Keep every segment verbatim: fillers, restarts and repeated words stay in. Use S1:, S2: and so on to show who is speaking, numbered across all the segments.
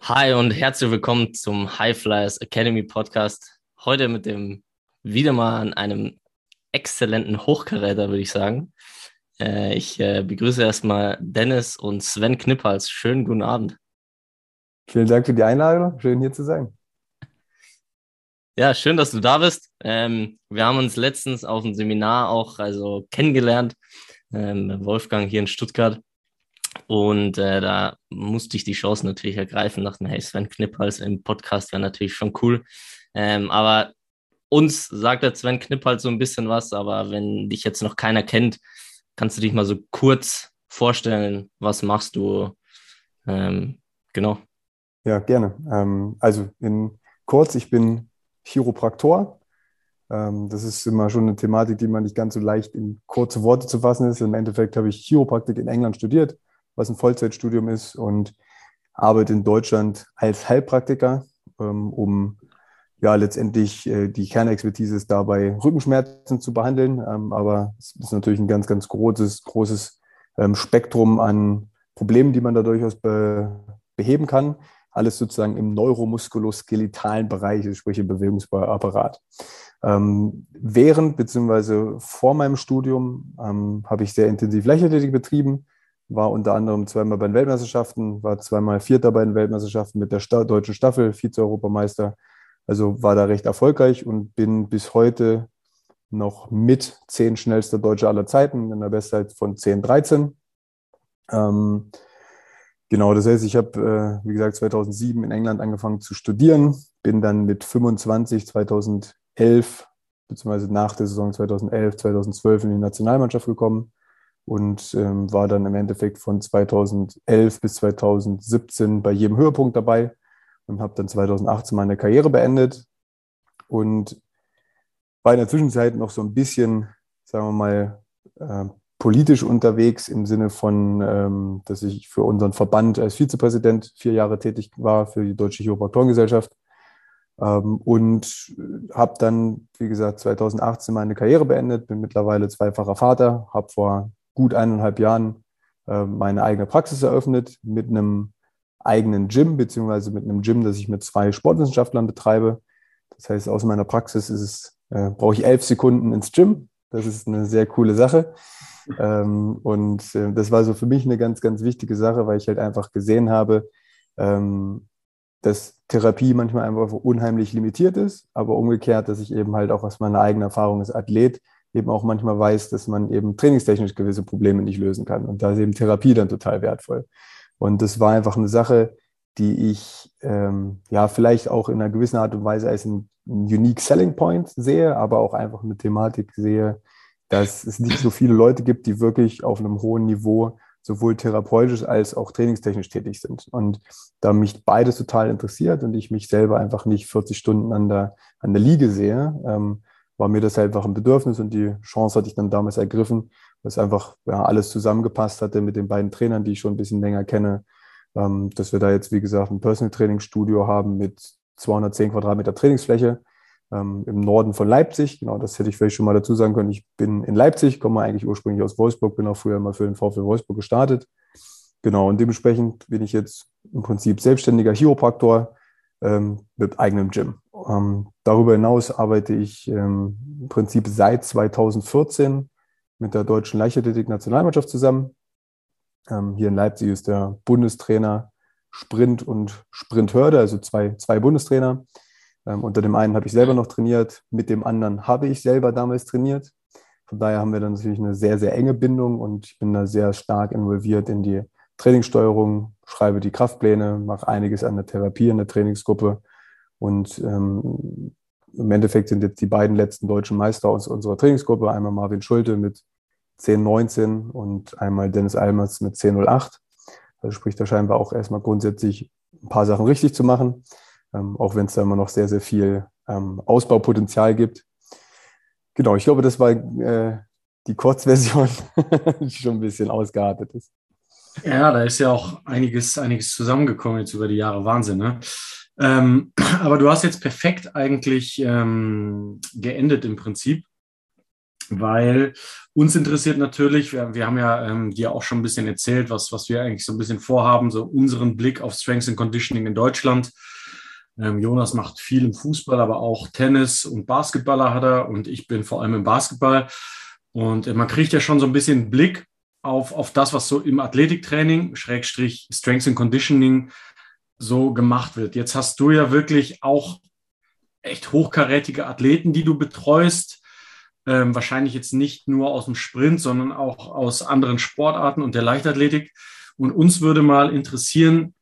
S1: Hi und herzlich willkommen zum High Flyers Academy Podcast. Heute mit dem wieder mal an einem exzellenten Hochkaräter, würde ich sagen. Äh, ich äh, begrüße erstmal Dennis und Sven Knippals. Schönen guten Abend.
S2: Vielen Dank für die Einladung. Schön hier zu sein.
S1: Ja, schön, dass du da bist. Ähm, wir haben uns letztens auf dem Seminar auch also kennengelernt. Ähm, Wolfgang hier in Stuttgart. Und äh, da musste ich die Chance natürlich ergreifen, dachte mir, hey, Sven Knippals im Podcast wäre natürlich schon cool. Ähm, aber uns sagt der Sven Knippals so ein bisschen was, aber wenn dich jetzt noch keiner kennt, kannst du dich mal so kurz vorstellen, was machst du? Ähm, genau.
S2: Ja, gerne. Ähm, also in kurz, ich bin Chiropraktor. Ähm, das ist immer schon eine Thematik, die man nicht ganz so leicht in kurze Worte zu fassen ist. Im Endeffekt habe ich Chiropraktik in England studiert, was ein Vollzeitstudium ist, und arbeite in Deutschland als Heilpraktiker, ähm, um ja letztendlich äh, die Kernexpertise ist dabei, Rückenschmerzen zu behandeln. Ähm, aber es ist natürlich ein ganz, ganz großes, großes ähm, Spektrum an Problemen, die man da durchaus be beheben kann. Alles sozusagen im neuromuskuloskeletalen Bereich, also sprich im Bewegungsapparat. Ähm, während bzw. vor meinem Studium ähm, habe ich sehr intensiv Leichtathletik betrieben, war unter anderem zweimal bei den Weltmeisterschaften, war zweimal Vierter bei den Weltmeisterschaften mit der Sta deutschen Staffel, Vize-Europameister. Also war da recht erfolgreich und bin bis heute noch mit zehn schnellster Deutscher aller Zeiten in der Bestzeit von zehn dreizehn. Ähm, genau, das heißt, ich habe, äh, wie gesagt, zweitausendsieben in England angefangen zu studieren, bin dann mit fünfundzwanzig zweitausendelf, beziehungsweise nach der Saison zweitausendelf, zweitausendzwölf in die Nationalmannschaft gekommen und ähm, war dann im Endeffekt von zweitausendelf bis zweitausendsiebzehn bei jedem Höhepunkt dabei und habe dann zweitausendachtzehn meine Karriere beendet und war in der Zwischenzeit noch so ein bisschen, sagen wir mal, äh, politisch unterwegs im Sinne von, ähm, dass ich für unseren Verband als Vizepräsident vier Jahre tätig war für die Deutsche Chiropraktorengesellschaft, ähm, und habe dann, wie gesagt, zweitausendachtzehn meine Karriere beendet, bin mittlerweile zweifacher Vater, habe vor gut eineinhalb Jahren äh, meine eigene Praxis eröffnet mit einem eigenen Gym, beziehungsweise mit einem Gym, das ich mit zwei Sportwissenschaftlern betreibe. Das heißt, aus meiner Praxis ist es, äh, brauche ich elf Sekunden ins Gym. Das ist eine sehr coole Sache. Ähm, und äh, das war so für mich eine ganz, ganz wichtige Sache, weil ich halt einfach gesehen habe, ähm, dass Therapie manchmal einfach unheimlich limitiert ist, aber umgekehrt, dass ich eben halt auch aus meiner eigenen Erfahrung als Athlet eben auch manchmal weiß, dass man eben trainingstechnisch gewisse Probleme nicht lösen kann. Und da ist eben Therapie dann total wertvoll. Und das war einfach eine Sache, die ich ähm, ja vielleicht auch in einer gewissen Art und Weise als ein, ein Unique Selling Point sehe, aber auch einfach eine Thematik sehe, dass es nicht so viele Leute gibt, die wirklich auf einem hohen Niveau sowohl therapeutisch als auch trainingstechnisch tätig sind. Und da mich beides total interessiert und ich mich selber einfach nicht vierzig Stunden an der, an der Liege sehe, ähm, war mir das einfach ein Bedürfnis und die Chance hatte ich dann damals ergriffen, dass einfach ja, alles zusammengepasst hatte mit den beiden Trainern, die ich schon ein bisschen länger kenne, ähm, dass wir da jetzt, wie gesagt, ein Personal Training Studio haben mit zweihundertzehn Quadratmeter Trainingsfläche ähm, im Norden von Leipzig. Genau, das hätte ich vielleicht schon mal dazu sagen können. Ich bin in Leipzig, komme eigentlich ursprünglich aus Wolfsburg, bin auch früher mal für den VfL Wolfsburg gestartet. Genau, und dementsprechend bin ich jetzt im Prinzip selbstständiger Chiropraktor ähm, mit eigenem Gym. Ähm, darüber hinaus arbeite ich ähm, im Prinzip seit zweitausendvierzehn mit der deutschen Leichtathletik-Nationalmannschaft zusammen. Ähm, hier in Leipzig ist der Bundestrainer Sprint und Sprinthürde, also zwei, zwei Bundestrainer. Ähm, unter dem einen habe ich selber noch trainiert, mit dem anderen habe ich selber damals trainiert. Von daher haben wir dann natürlich eine sehr, sehr enge Bindung und ich bin da sehr stark involviert in die Trainingssteuerung, schreibe die Kraftpläne, mache einiges an der Therapie in der Trainingsgruppe und ähm, im Endeffekt sind jetzt die beiden letzten deutschen Meister aus unserer Trainingsgruppe, einmal Marvin Schulte mit zehn neunzehn und einmal Dennis Almers mit zehn null acht. Also sprich, da scheinen wir auch erstmal grundsätzlich ein paar Sachen richtig zu machen, ähm, auch wenn es da immer noch sehr, sehr viel ähm, Ausbaupotenzial gibt. Genau, ich glaube, das war äh, die Kurzversion, die schon ein bisschen ausgeartet ist.
S3: Ja, da ist ja auch einiges, einiges zusammengekommen jetzt über die Jahre. Wahnsinn, ne? Ähm, aber du hast jetzt perfekt eigentlich ähm, geendet im Prinzip. weil uns interessiert natürlich, wir, wir haben ja ähm, dir auch schon ein bisschen erzählt, was, was wir eigentlich so ein bisschen vorhaben, so unseren Blick auf Strength and Conditioning in Deutschland. Ähm, Jonas macht viel im Fußball, aber auch Tennis und Basketballer hat er und ich bin vor allem im Basketball. Und äh, man kriegt ja schon so ein bisschen einen Blick auf, auf das, was so im Athletiktraining, Schrägstrich Strength and Conditioning so gemacht wird. Jetzt hast du ja wirklich auch echt hochkarätige Athleten, die du betreust. Ähm, wahrscheinlich jetzt nicht nur aus dem Sprint, sondern auch aus anderen Sportarten und der Leichtathletik. Und uns würde mal interessieren,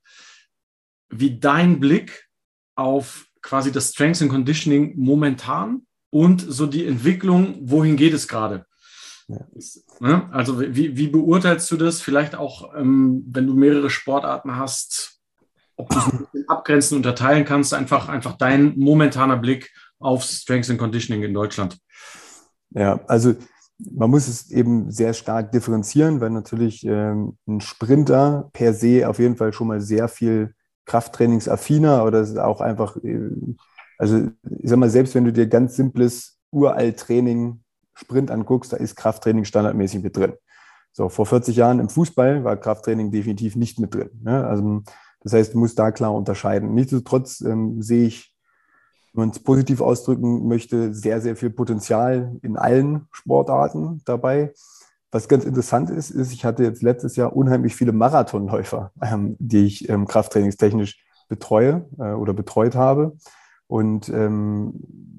S3: wie dein Blick auf quasi das Strength and Conditioning momentan und so die Entwicklung, wohin geht es gerade? Ja. Ne? Also wie, wie beurteilst du das? Vielleicht auch, ähm, wenn du mehrere Sportarten hast, ob du es ein bisschen abgrenzen, unterteilen kannst, einfach, einfach dein momentaner Blick auf Strength and Conditioning in Deutschland.
S2: Ja, also man muss es eben sehr stark differenzieren, weil natürlich ähm, ein Sprinter per se auf jeden Fall schon mal sehr viel krafttrainingsaffiner oder es ist auch einfach, äh, also ich sag mal, selbst wenn du dir ganz simples Uralt-Training Sprint anguckst, da ist Krafttraining standardmäßig mit drin. So, vor vierzig Jahren im Fußball war Krafttraining definitiv nicht mit drin. Ne? Also das heißt, du musst da klar unterscheiden. Nichtsdestotrotz ähm, sehe ich, wenn man es positiv ausdrücken möchte, sehr, sehr viel Potenzial in allen Sportarten dabei. Was ganz interessant ist, ist, ich hatte jetzt letztes Jahr unheimlich viele Marathonläufer, ähm, die ich ähm, krafttrainingstechnisch betreue äh, oder betreut habe. Und ähm,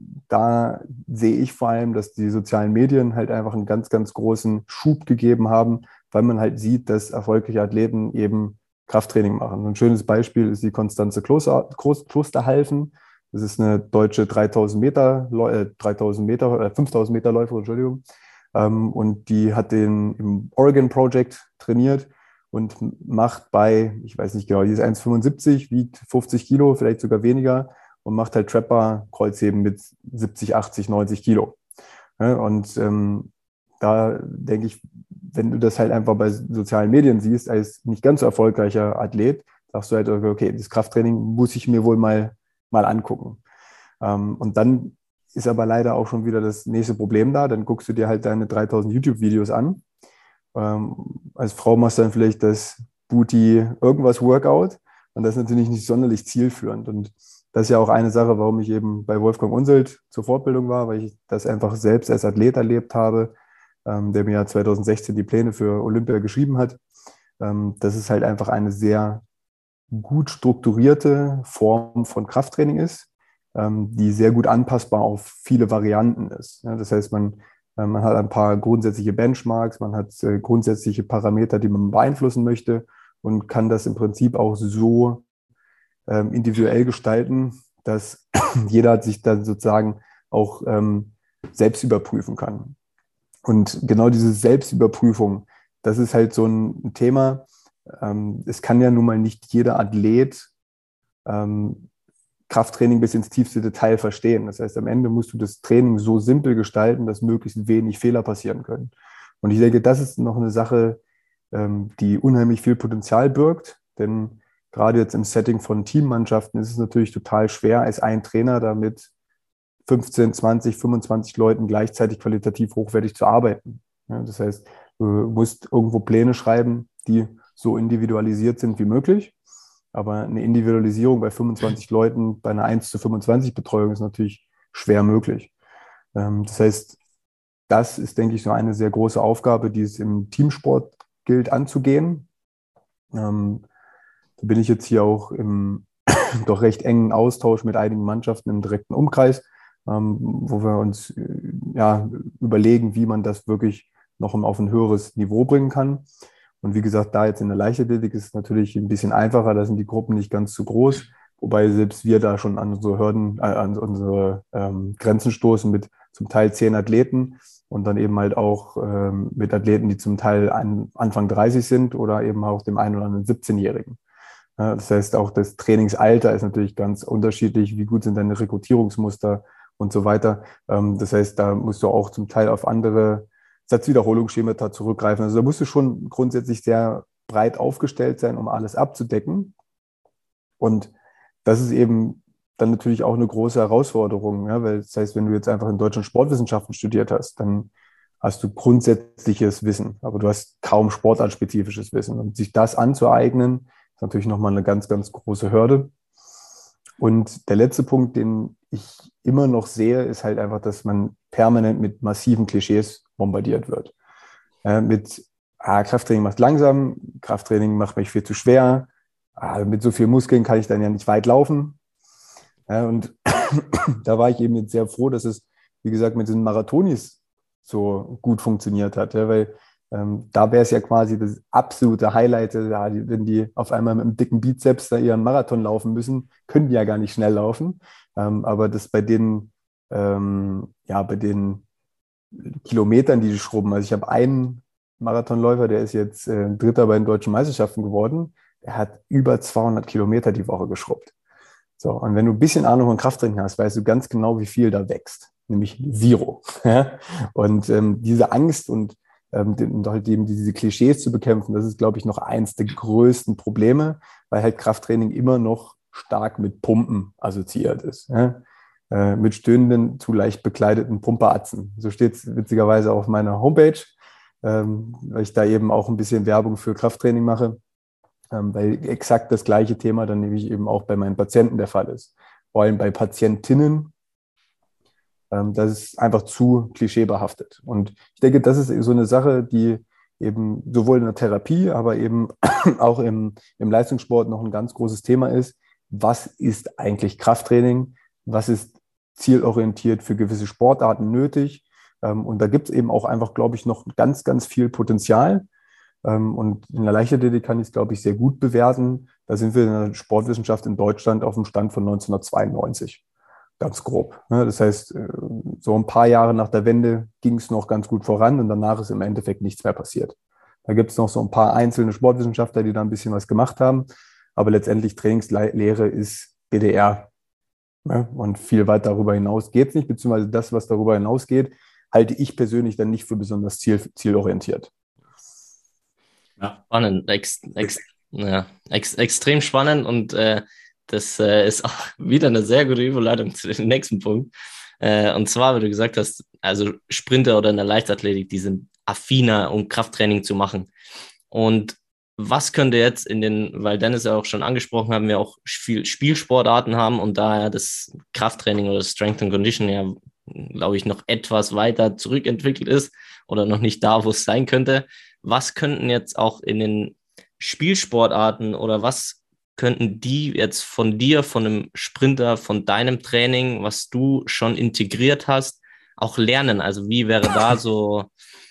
S2: da sehe ich vor allem, dass die sozialen Medien halt einfach einen ganz, ganz großen Schub gegeben haben, weil man halt sieht, dass erfolgreiche Athleten eben Krafttraining machen. Ein schönes Beispiel ist die Constanze Kloster, Klosterhalfen. Das ist eine deutsche dreitausend Meter, äh, dreitausend Meter, äh, fünftausend Meter Läuferin, Entschuldigung. Ähm, und die hat den im Oregon Project trainiert und macht bei, ich weiß nicht genau, die ist eins Komma fünfundsiebzig, wiegt fünfzig Kilo, vielleicht sogar weniger und macht halt Trapper Kreuzheben mit siebzig, achtzig, neunzig Kilo. Ja, und ähm, da denke ich, wenn du das halt einfach bei sozialen Medien siehst, als nicht ganz so erfolgreicher Athlet, sagst du halt, okay, das Krafttraining muss ich mir wohl mal, mal angucken. Ähm, und dann ist aber leider auch schon wieder das nächste Problem da. Dann guckst du dir halt deine dreitausend YouTube-Videos an. Ähm, als Frau machst du dann vielleicht das Booty irgendwas Workout und das ist natürlich nicht sonderlich zielführend. Und das ist ja auch eine Sache, warum ich eben bei Wolfgang Unselt zur Fortbildung war, weil ich das einfach selbst als Athlet erlebt habe, ähm, der mir ja zweitausendsechzehn die Pläne für Olympia geschrieben hat. Ähm, das ist halt einfach eine sehr gut strukturierte Form von Krafttraining ist, ähm, die sehr gut anpassbar auf viele Varianten ist. Ja, das heißt, man, äh, man hat ein paar grundsätzliche Benchmarks, man hat äh, grundsätzliche Parameter, die man beeinflussen möchte und kann das im Prinzip auch so ähm, individuell gestalten, dass jeder sich dann sozusagen auch ähm, selbst überprüfen kann. Und genau diese Selbstüberprüfung, das ist halt so ein Thema. Ähm, es kann ja nun mal nicht jeder Athlet ähm, Krafttraining bis ins tiefste Detail verstehen. Das heißt, am Ende musst du das Training so simpel gestalten, dass möglichst wenig Fehler passieren können. Und ich denke, das ist noch eine Sache, ähm, die unheimlich viel Potenzial birgt, denn gerade jetzt im Setting von Teammannschaften ist es natürlich total schwer, als ein Trainer damit fünfzehn, zwanzig, fünfundzwanzig Leuten gleichzeitig qualitativ hochwertig zu arbeiten. Ja, das heißt, du musst irgendwo Pläne schreiben, die so individualisiert sind wie möglich. Aber eine Individualisierung bei fünfundzwanzig Leuten bei einer eins zu fünfundzwanzig Betreuung ist natürlich schwer möglich. Das heißt, das ist, denke ich, so eine sehr große Aufgabe, die es im Teamsport gilt anzugehen. Da bin ich jetzt hier auch im doch recht engen Austausch mit einigen Mannschaften im direkten Umkreis, ähm, wo wir uns äh, ja, überlegen, wie man das wirklich noch auf ein höheres Niveau bringen kann. Und wie gesagt, da jetzt in der Leichtathletik ist es natürlich ein bisschen einfacher, da sind die Gruppen nicht ganz so groß, wobei selbst wir da schon an unsere Hürden, äh, an unsere ähm, Grenzen stoßen mit zum Teil zehn Athleten und dann eben halt auch ähm, mit Athleten, die zum Teil an, Anfang dreißig sind oder eben auch dem einen oder anderen siebzehnjährigen. Ja, das heißt, auch das Trainingsalter ist natürlich ganz unterschiedlich. Wie gut sind deine Rekrutierungsmuster und so weiter. Ähm, das heißt, da musst du auch zum Teil auf andere Satzwiederholungsschemata zurückgreifen. Also da musst du schon grundsätzlich sehr breit aufgestellt sein, um alles abzudecken. Und das ist eben dann natürlich auch eine große Herausforderung. Ja, weil das heißt, wenn du jetzt einfach in deutschen Sportwissenschaften studiert hast, dann hast du grundsätzliches Wissen, aber du hast kaum sportartspezifisches Wissen. Und sich das anzueignen, ist natürlich nochmal eine ganz, ganz große Hürde. Und der letzte Punkt, den ich immer noch sehe, ist halt einfach, dass man permanent mit massiven Klischees bombardiert wird. Äh, mit ah, Krafttraining macht langsam, Krafttraining macht mich viel zu schwer, ah, mit so viel Muskeln kann ich dann ja nicht weit laufen. Ja, und da war ich eben jetzt sehr froh, dass es, wie gesagt, mit den Marathonis so gut funktioniert hat, ja, weil ähm, da wäre es ja quasi das absolute Highlight, ja, die, wenn die auf einmal mit einem dicken Bizeps da ihren Marathon laufen müssen, können die ja gar nicht schnell laufen, ähm, aber das bei den, ähm, ja, bei den Kilometern, die die schrubben, also ich habe einen Marathonläufer, der ist jetzt äh, Dritter bei den deutschen Meisterschaften geworden, der hat über zweihundert Kilometer die Woche geschrubbt. So, und wenn du ein bisschen Ahnung von Krafttraining hast, weißt du ganz genau, wie viel da wächst, nämlich Zero. Und ähm, diese Angst und, ähm, und halt eben diese Klischees zu bekämpfen, das ist, glaube ich, noch eins der größten Probleme, weil halt Krafttraining immer noch stark mit Pumpen assoziiert ist. Ja? Äh, mit stöhnenden, zu leicht bekleideten Pumperatzen. So steht es witzigerweise auf meiner Homepage, ähm, weil ich da eben auch ein bisschen Werbung für Krafttraining mache. Weil exakt das gleiche Thema dann nämlich eben auch bei meinen Patienten der Fall ist. Vor allem bei Patientinnen, das ist einfach zu klischeebehaftet. Und ich denke, das ist so eine Sache, die eben sowohl in der Therapie, aber eben auch im, im Leistungssport noch ein ganz großes Thema ist. Was ist eigentlich Krafttraining? Was ist zielorientiert für gewisse Sportarten nötig? Und da gibt es eben auch einfach, glaube ich, noch ganz, ganz viel Potenzial. Und in der Leichtathletik kann ich es, glaube ich, sehr gut bewerten. Da sind wir in der Sportwissenschaft in Deutschland auf dem Stand von neunzehnhundertzweiundneunzig, ganz grob. Das heißt, so ein paar Jahre nach der Wende ging es noch ganz gut voran und danach ist im Endeffekt nichts mehr passiert. Da gibt es noch so ein paar einzelne Sportwissenschaftler, die da ein bisschen was gemacht haben, aber letztendlich Trainingslehre ist B D R. Und viel weit darüber hinaus geht es nicht, beziehungsweise das, was darüber hinausgeht, halte ich persönlich dann nicht für besonders ziel, zielorientiert.
S1: Ja. Spannend, ex, ex, ja, ex, extrem spannend und äh, das äh, ist auch wieder eine sehr gute Überleitung zu dem nächsten Punkt. Äh, und zwar, wie du gesagt hast, also Sprinter oder in der Leichtathletik, die sind affiner, um Krafttraining zu machen. Und was könnte jetzt in den, weil Dennis ja auch schon angesprochen haben, wir auch viel Spielsportarten haben und daher das Krafttraining oder das Strength and Condition ja, glaube ich, noch etwas weiter zurückentwickelt ist oder noch nicht da, wo es sein könnte. Was könnten jetzt auch in den Spielsportarten oder was könnten die jetzt von dir, von einem Sprinter, von deinem Training, was du schon integriert hast, auch lernen? Also wie wäre da so,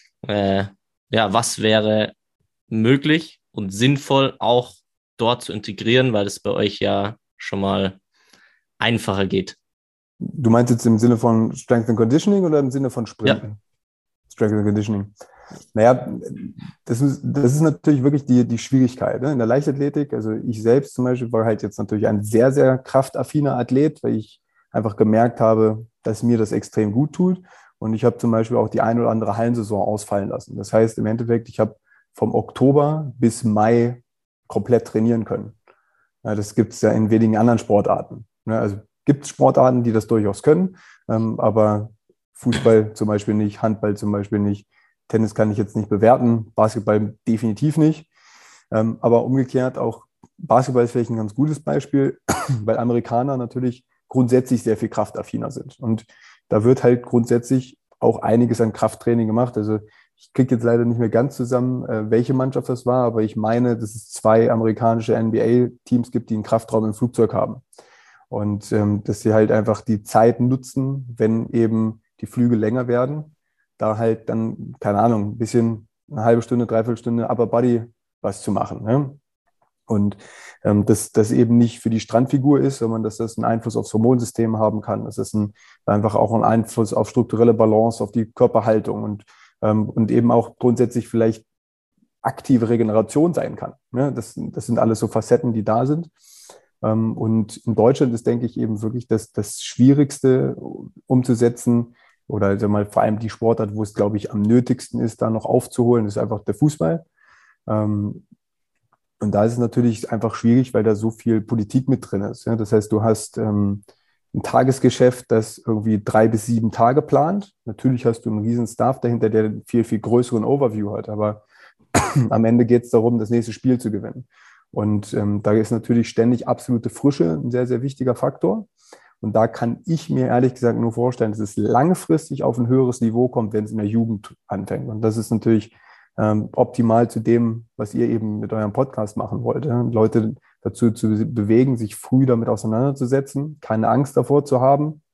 S1: äh, ja, was wäre möglich und sinnvoll auch dort zu integrieren, weil es bei euch ja schon mal einfacher geht?
S2: Du meinst jetzt im Sinne von Strength and Conditioning oder im Sinne von Sprinten?
S1: Ja.
S2: Strength and Conditioning. Naja, das ist, das ist natürlich wirklich die, die Schwierigkeit. Ne? In der Leichtathletik, also ich selbst zum Beispiel war halt jetzt natürlich ein sehr, sehr kraftaffiner Athlet, weil ich einfach gemerkt habe, dass mir das extrem gut tut. Und ich habe zum Beispiel auch die ein oder andere Hallensaison ausfallen lassen. Das heißt im Endeffekt, ich habe vom Oktober bis Mai komplett trainieren können. Ja, das gibt es ja in wenigen anderen Sportarten. Ne? Also gibt es Sportarten, die das durchaus können, ähm, aber Fußball zum Beispiel nicht, Handball zum Beispiel nicht, Tennis kann ich jetzt nicht bewerten, Basketball definitiv nicht. Ähm, aber umgekehrt auch Basketball ist vielleicht ein ganz gutes Beispiel, weil Amerikaner natürlich grundsätzlich sehr viel kraftaffiner sind. Und da wird halt grundsätzlich auch einiges an Krafttraining gemacht. Also ich kriege jetzt leider nicht mehr ganz zusammen, äh, welche Mannschaft das war, aber ich meine, dass es zwei amerikanische N B A-Teams gibt, die einen Kraftraum im Flugzeug haben. Und ähm, dass sie halt einfach die Zeit nutzen, wenn eben die Flüge länger werden, da halt dann, keine Ahnung, ein bisschen eine halbe Stunde, dreiviertel Stunde Upper Body was zu machen. Ne? Und ähm, dass das eben nicht für die Strandfigur ist, sondern dass das einen Einfluss aufs Hormonsystem haben kann, dass das ein, einfach auch einen Einfluss auf strukturelle Balance, auf die Körperhaltung und, ähm, und eben auch grundsätzlich vielleicht aktive Regeneration sein kann. Ne? Das, das sind alles so Facetten, die da sind. Ähm, und in Deutschland ist, denke ich, eben wirklich das, das Schwierigste umzusetzen, oder also mal vor allem die Sportart, wo es, glaube ich, am nötigsten ist, da noch aufzuholen, ist einfach der Fußball. Ähm, und da ist es natürlich einfach schwierig, weil da so viel Politik mit drin ist. Ja? Das heißt, du hast, ähm, ein Tagesgeschäft, das irgendwie drei bis sieben Tage plant. Natürlich hast du einen riesen Staff dahinter, der einen viel, viel größeren Overview hat, aber am Ende geht es darum, das nächste Spiel zu gewinnen. Und ähm, da ist natürlich ständig absolute Frische ein sehr, sehr wichtiger Faktor. Und da kann ich mir ehrlich gesagt nur vorstellen, dass es langfristig auf ein höheres Niveau kommt, wenn es in der Jugend anfängt. Und das ist natürlich ähm, optimal zu dem, was ihr eben mit eurem Podcast machen wollt. Ja? Leute dazu zu bewegen, sich früh damit auseinanderzusetzen, keine Angst davor zu haben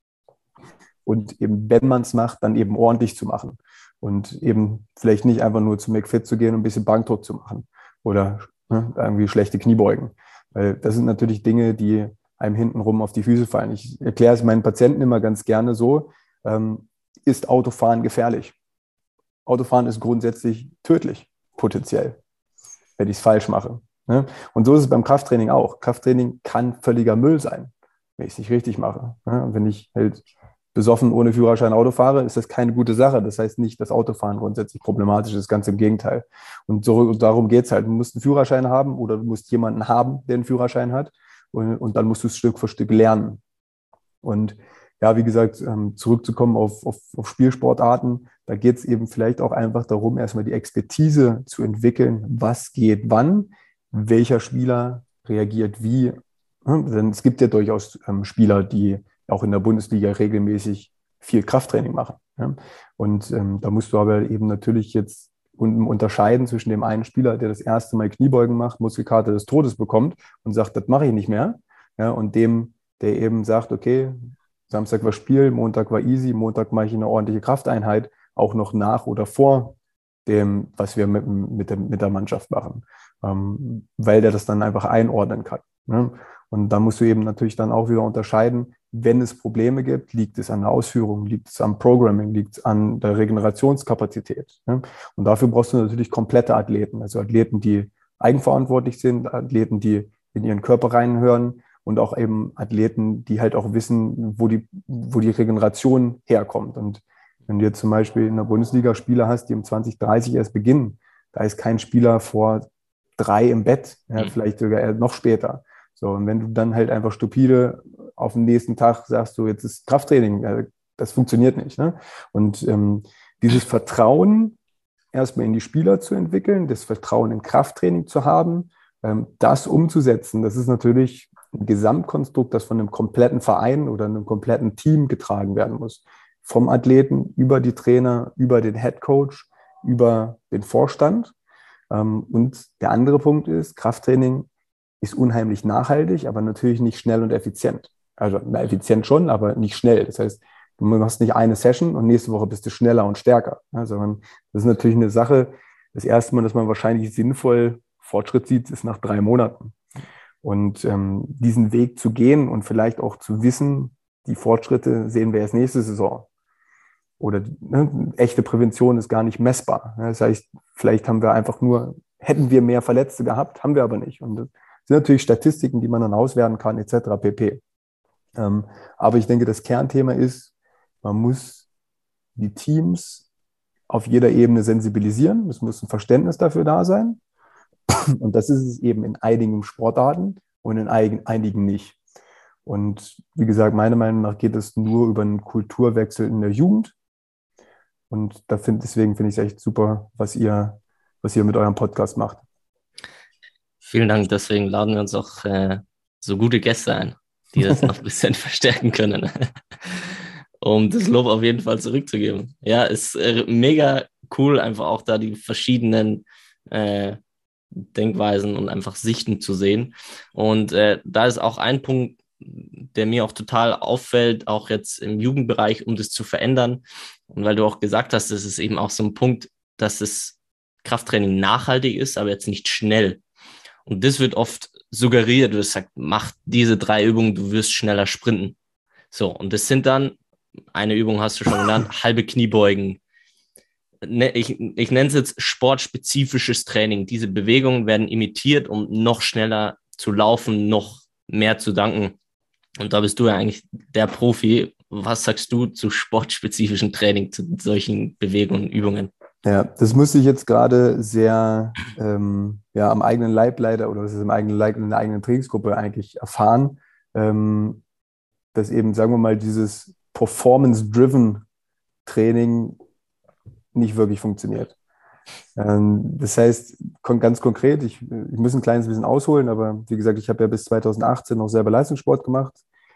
S2: und eben, wenn man es macht, dann eben ordentlich zu machen und eben vielleicht nicht einfach nur zu McFit zu gehen und ein bisschen Bankdruck zu machen oder ne, irgendwie schlechte Kniebeugen. Weil das sind natürlich Dinge, die einem hintenrum auf die Füße fallen. Ich erkläre es meinen Patienten immer ganz gerne so, ähm, ist Autofahren gefährlich? Autofahren ist grundsätzlich tödlich, potenziell, wenn ich es falsch mache. Ne? Und so ist es beim Krafttraining auch. Krafttraining kann völliger Müll sein, wenn ich es nicht richtig mache. Ne? Und wenn ich halt besoffen ohne Führerschein Auto fahre, ist das keine gute Sache. Das heißt nicht, dass Autofahren grundsätzlich problematisch ist, ganz im Gegenteil. Und so, darum geht es halt. Du musst einen Führerschein haben oder du musst jemanden haben, der einen Führerschein hat. Und, und dann musst du es Stück für Stück lernen. Und ja, wie gesagt, zurückzukommen auf, auf, auf Spielsportarten, da geht es eben vielleicht auch einfach darum, erstmal die Expertise zu entwickeln, was geht wann, welcher Spieler reagiert wie. Denn es gibt ja durchaus ähm, Spieler, die auch in der Bundesliga regelmäßig viel Krafttraining machen. Ja? Und ähm, da musst du aber eben natürlich jetzt unterscheiden zwischen dem einen Spieler, der das erste Mal Kniebeugen macht, Muskelkater des Todes bekommt und sagt, das mache ich nicht mehr. Ja? Und dem, der eben sagt, okay, Samstag war Spiel, Montag war easy, Montag mache ich eine ordentliche Krafteinheit, auch noch nach oder vor dem, was wir mit, mit, der, mit der Mannschaft machen, ähm, weil der das dann einfach einordnen kann. Ne? Und da musst du eben natürlich dann auch wieder unterscheiden, wenn es Probleme gibt, liegt es an der Ausführung, liegt es am Programming, liegt es an der Regenerationskapazität. Ne? Und dafür brauchst du natürlich komplette Athleten, also Athleten, die eigenverantwortlich sind, Athleten, die in ihren Körper reinhören und auch eben Athleten, die halt auch wissen, wo die, wo die Regeneration herkommt. Und wenn du jetzt zum Beispiel in der Bundesliga Spieler hast, die um zwanzig dreißig erst beginnen, da ist kein Spieler vor drei im Bett, ja, vielleicht sogar noch später. So, und wenn du dann halt einfach stupide auf den nächsten Tag sagst, du, jetzt ist Krafttraining, ja, das funktioniert nicht. Ne? Und ähm, dieses Vertrauen erstmal in die Spieler zu entwickeln, das Vertrauen in Krafttraining zu haben, ähm, das umzusetzen, das ist natürlich ein Gesamtkonstrukt, das von einem kompletten Verein oder einem kompletten Team getragen werden muss. Vom Athleten über die Trainer, über den Headcoach, über den Vorstand. Ähm, und der andere Punkt ist, Krafttraining ist unheimlich nachhaltig, aber natürlich nicht schnell und effizient. Also na, effizient schon, aber nicht schnell. Das heißt, du machst nicht eine Session und nächste Woche bist du schneller und stärker. Ja, sondern das ist natürlich eine Sache, das erste Mal, dass man wahrscheinlich sinnvoll Fortschritt sieht, ist nach drei Monaten. Und ähm, diesen Weg zu gehen und vielleicht auch zu wissen, die Fortschritte sehen wir erst nächste Saison. Oder ne, echte Prävention ist gar nicht messbar. Das heißt, vielleicht haben wir einfach nur, hätten wir mehr Verletzte gehabt, haben wir aber nicht. Und das sind natürlich Statistiken, die man dann auswerten kann, et cetera pp. Ähm, aber ich denke, das Kernthema ist, man muss die Teams auf jeder Ebene sensibilisieren. Es muss ein Verständnis dafür da sein. Und das ist es eben in einigen Sportarten und in einigen nicht. Und wie gesagt, meiner Meinung nach geht es nur über einen Kulturwechsel in der Jugend. Und da find, deswegen finde ich es echt super, was ihr, was ihr mit eurem Podcast macht.
S1: Vielen Dank. Deswegen laden wir uns auch äh, so gute Gäste ein, die das noch ein bisschen verstärken können, um das Lob auf jeden Fall zurückzugeben. Ja, ist äh, mega cool, einfach auch da die verschiedenen äh, Denkweisen und einfach Sichten zu sehen. Und äh, da ist auch ein Punkt, der mir auch total auffällt, auch jetzt im Jugendbereich, um das zu verändern. Und weil du auch gesagt hast, das ist eben auch so ein Punkt, dass das Krafttraining nachhaltig ist, aber jetzt nicht schnell. Und das wird oft suggeriert, du sagst, mach diese drei Übungen, du wirst schneller sprinten. So, und das sind dann, eine Übung hast du schon genannt, halbe Kniebeugen. Ich, ich nenne es jetzt sportspezifisches Training. Diese Bewegungen werden imitiert, um noch schneller zu laufen, noch mehr zu danken. Und da bist du ja eigentlich der Profi. Was sagst du zu sportspezifischen Training, zu solchen Bewegungen, Übungen?
S2: Ja, das musste ich jetzt gerade sehr ähm, ja, am eigenen Leib leider, oder was ist im eigenen Leib in der eigenen Trainingsgruppe eigentlich erfahren. Ähm, dass eben, sagen wir mal, dieses Performance-driven Training nicht wirklich funktioniert. Ähm, das heißt, kon- ganz konkret, ich, ich muss ein kleines bisschen ausholen, aber wie gesagt, ich habe ja bis zwanzig achtzehn noch selber Leistungssport gemacht.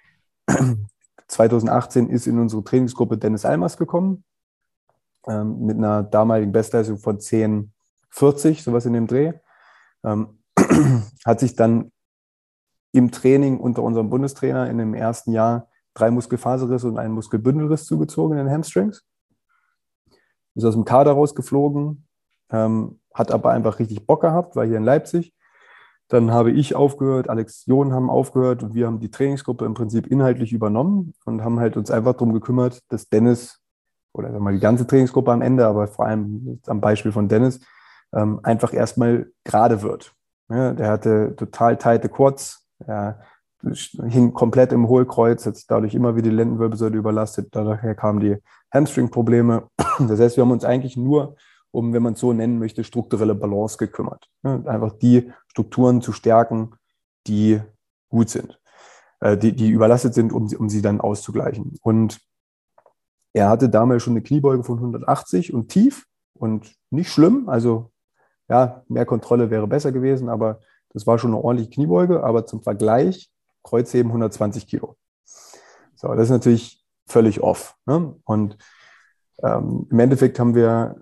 S2: zwanzig achtzehn ist in unsere Trainingsgruppe Dennis Almers gekommen, ähm, mit einer damaligen Bestleistung von zehn vierzig, sowas in dem Dreh. Ähm, hat sich dann im Training unter unserem Bundestrainer in dem ersten Jahr drei Muskelfaserrisse und einen Muskelbündelriss zugezogen in den Hamstrings. Ist aus dem Kader rausgeflogen, ähm, hat aber einfach richtig Bock gehabt, war hier in Leipzig. Dann habe ich aufgehört, Alex John haben aufgehört und wir haben die Trainingsgruppe im Prinzip inhaltlich übernommen und haben halt uns einfach darum gekümmert, dass Dennis, oder sagen wir mal die ganze Trainingsgruppe am Ende, aber vor allem am Beispiel von Dennis, ähm, einfach erstmal gerade wird. Ja, der hatte total tighte Quads, er hing komplett im Hohlkreuz, hat sich dadurch immer wieder die Lendenwirbelsäule überlastet, daher kamen die Hamstring-Probleme. Das heißt, wir haben uns eigentlich nur um, wenn man es so nennen möchte, strukturelle Balance gekümmert. Ja, einfach die Strukturen zu stärken, die gut sind, äh, die, die überlastet sind, um, um sie dann auszugleichen. Und er hatte damals schon eine Kniebeuge von hundertachtzig und tief und nicht schlimm. Also ja, mehr Kontrolle wäre besser gewesen, aber das war schon eine ordentliche Kniebeuge. Aber zum Vergleich, Kreuzheben hundertzwanzig Kilo. So, das ist natürlich völlig off. Ne? Und ähm, im Endeffekt haben wir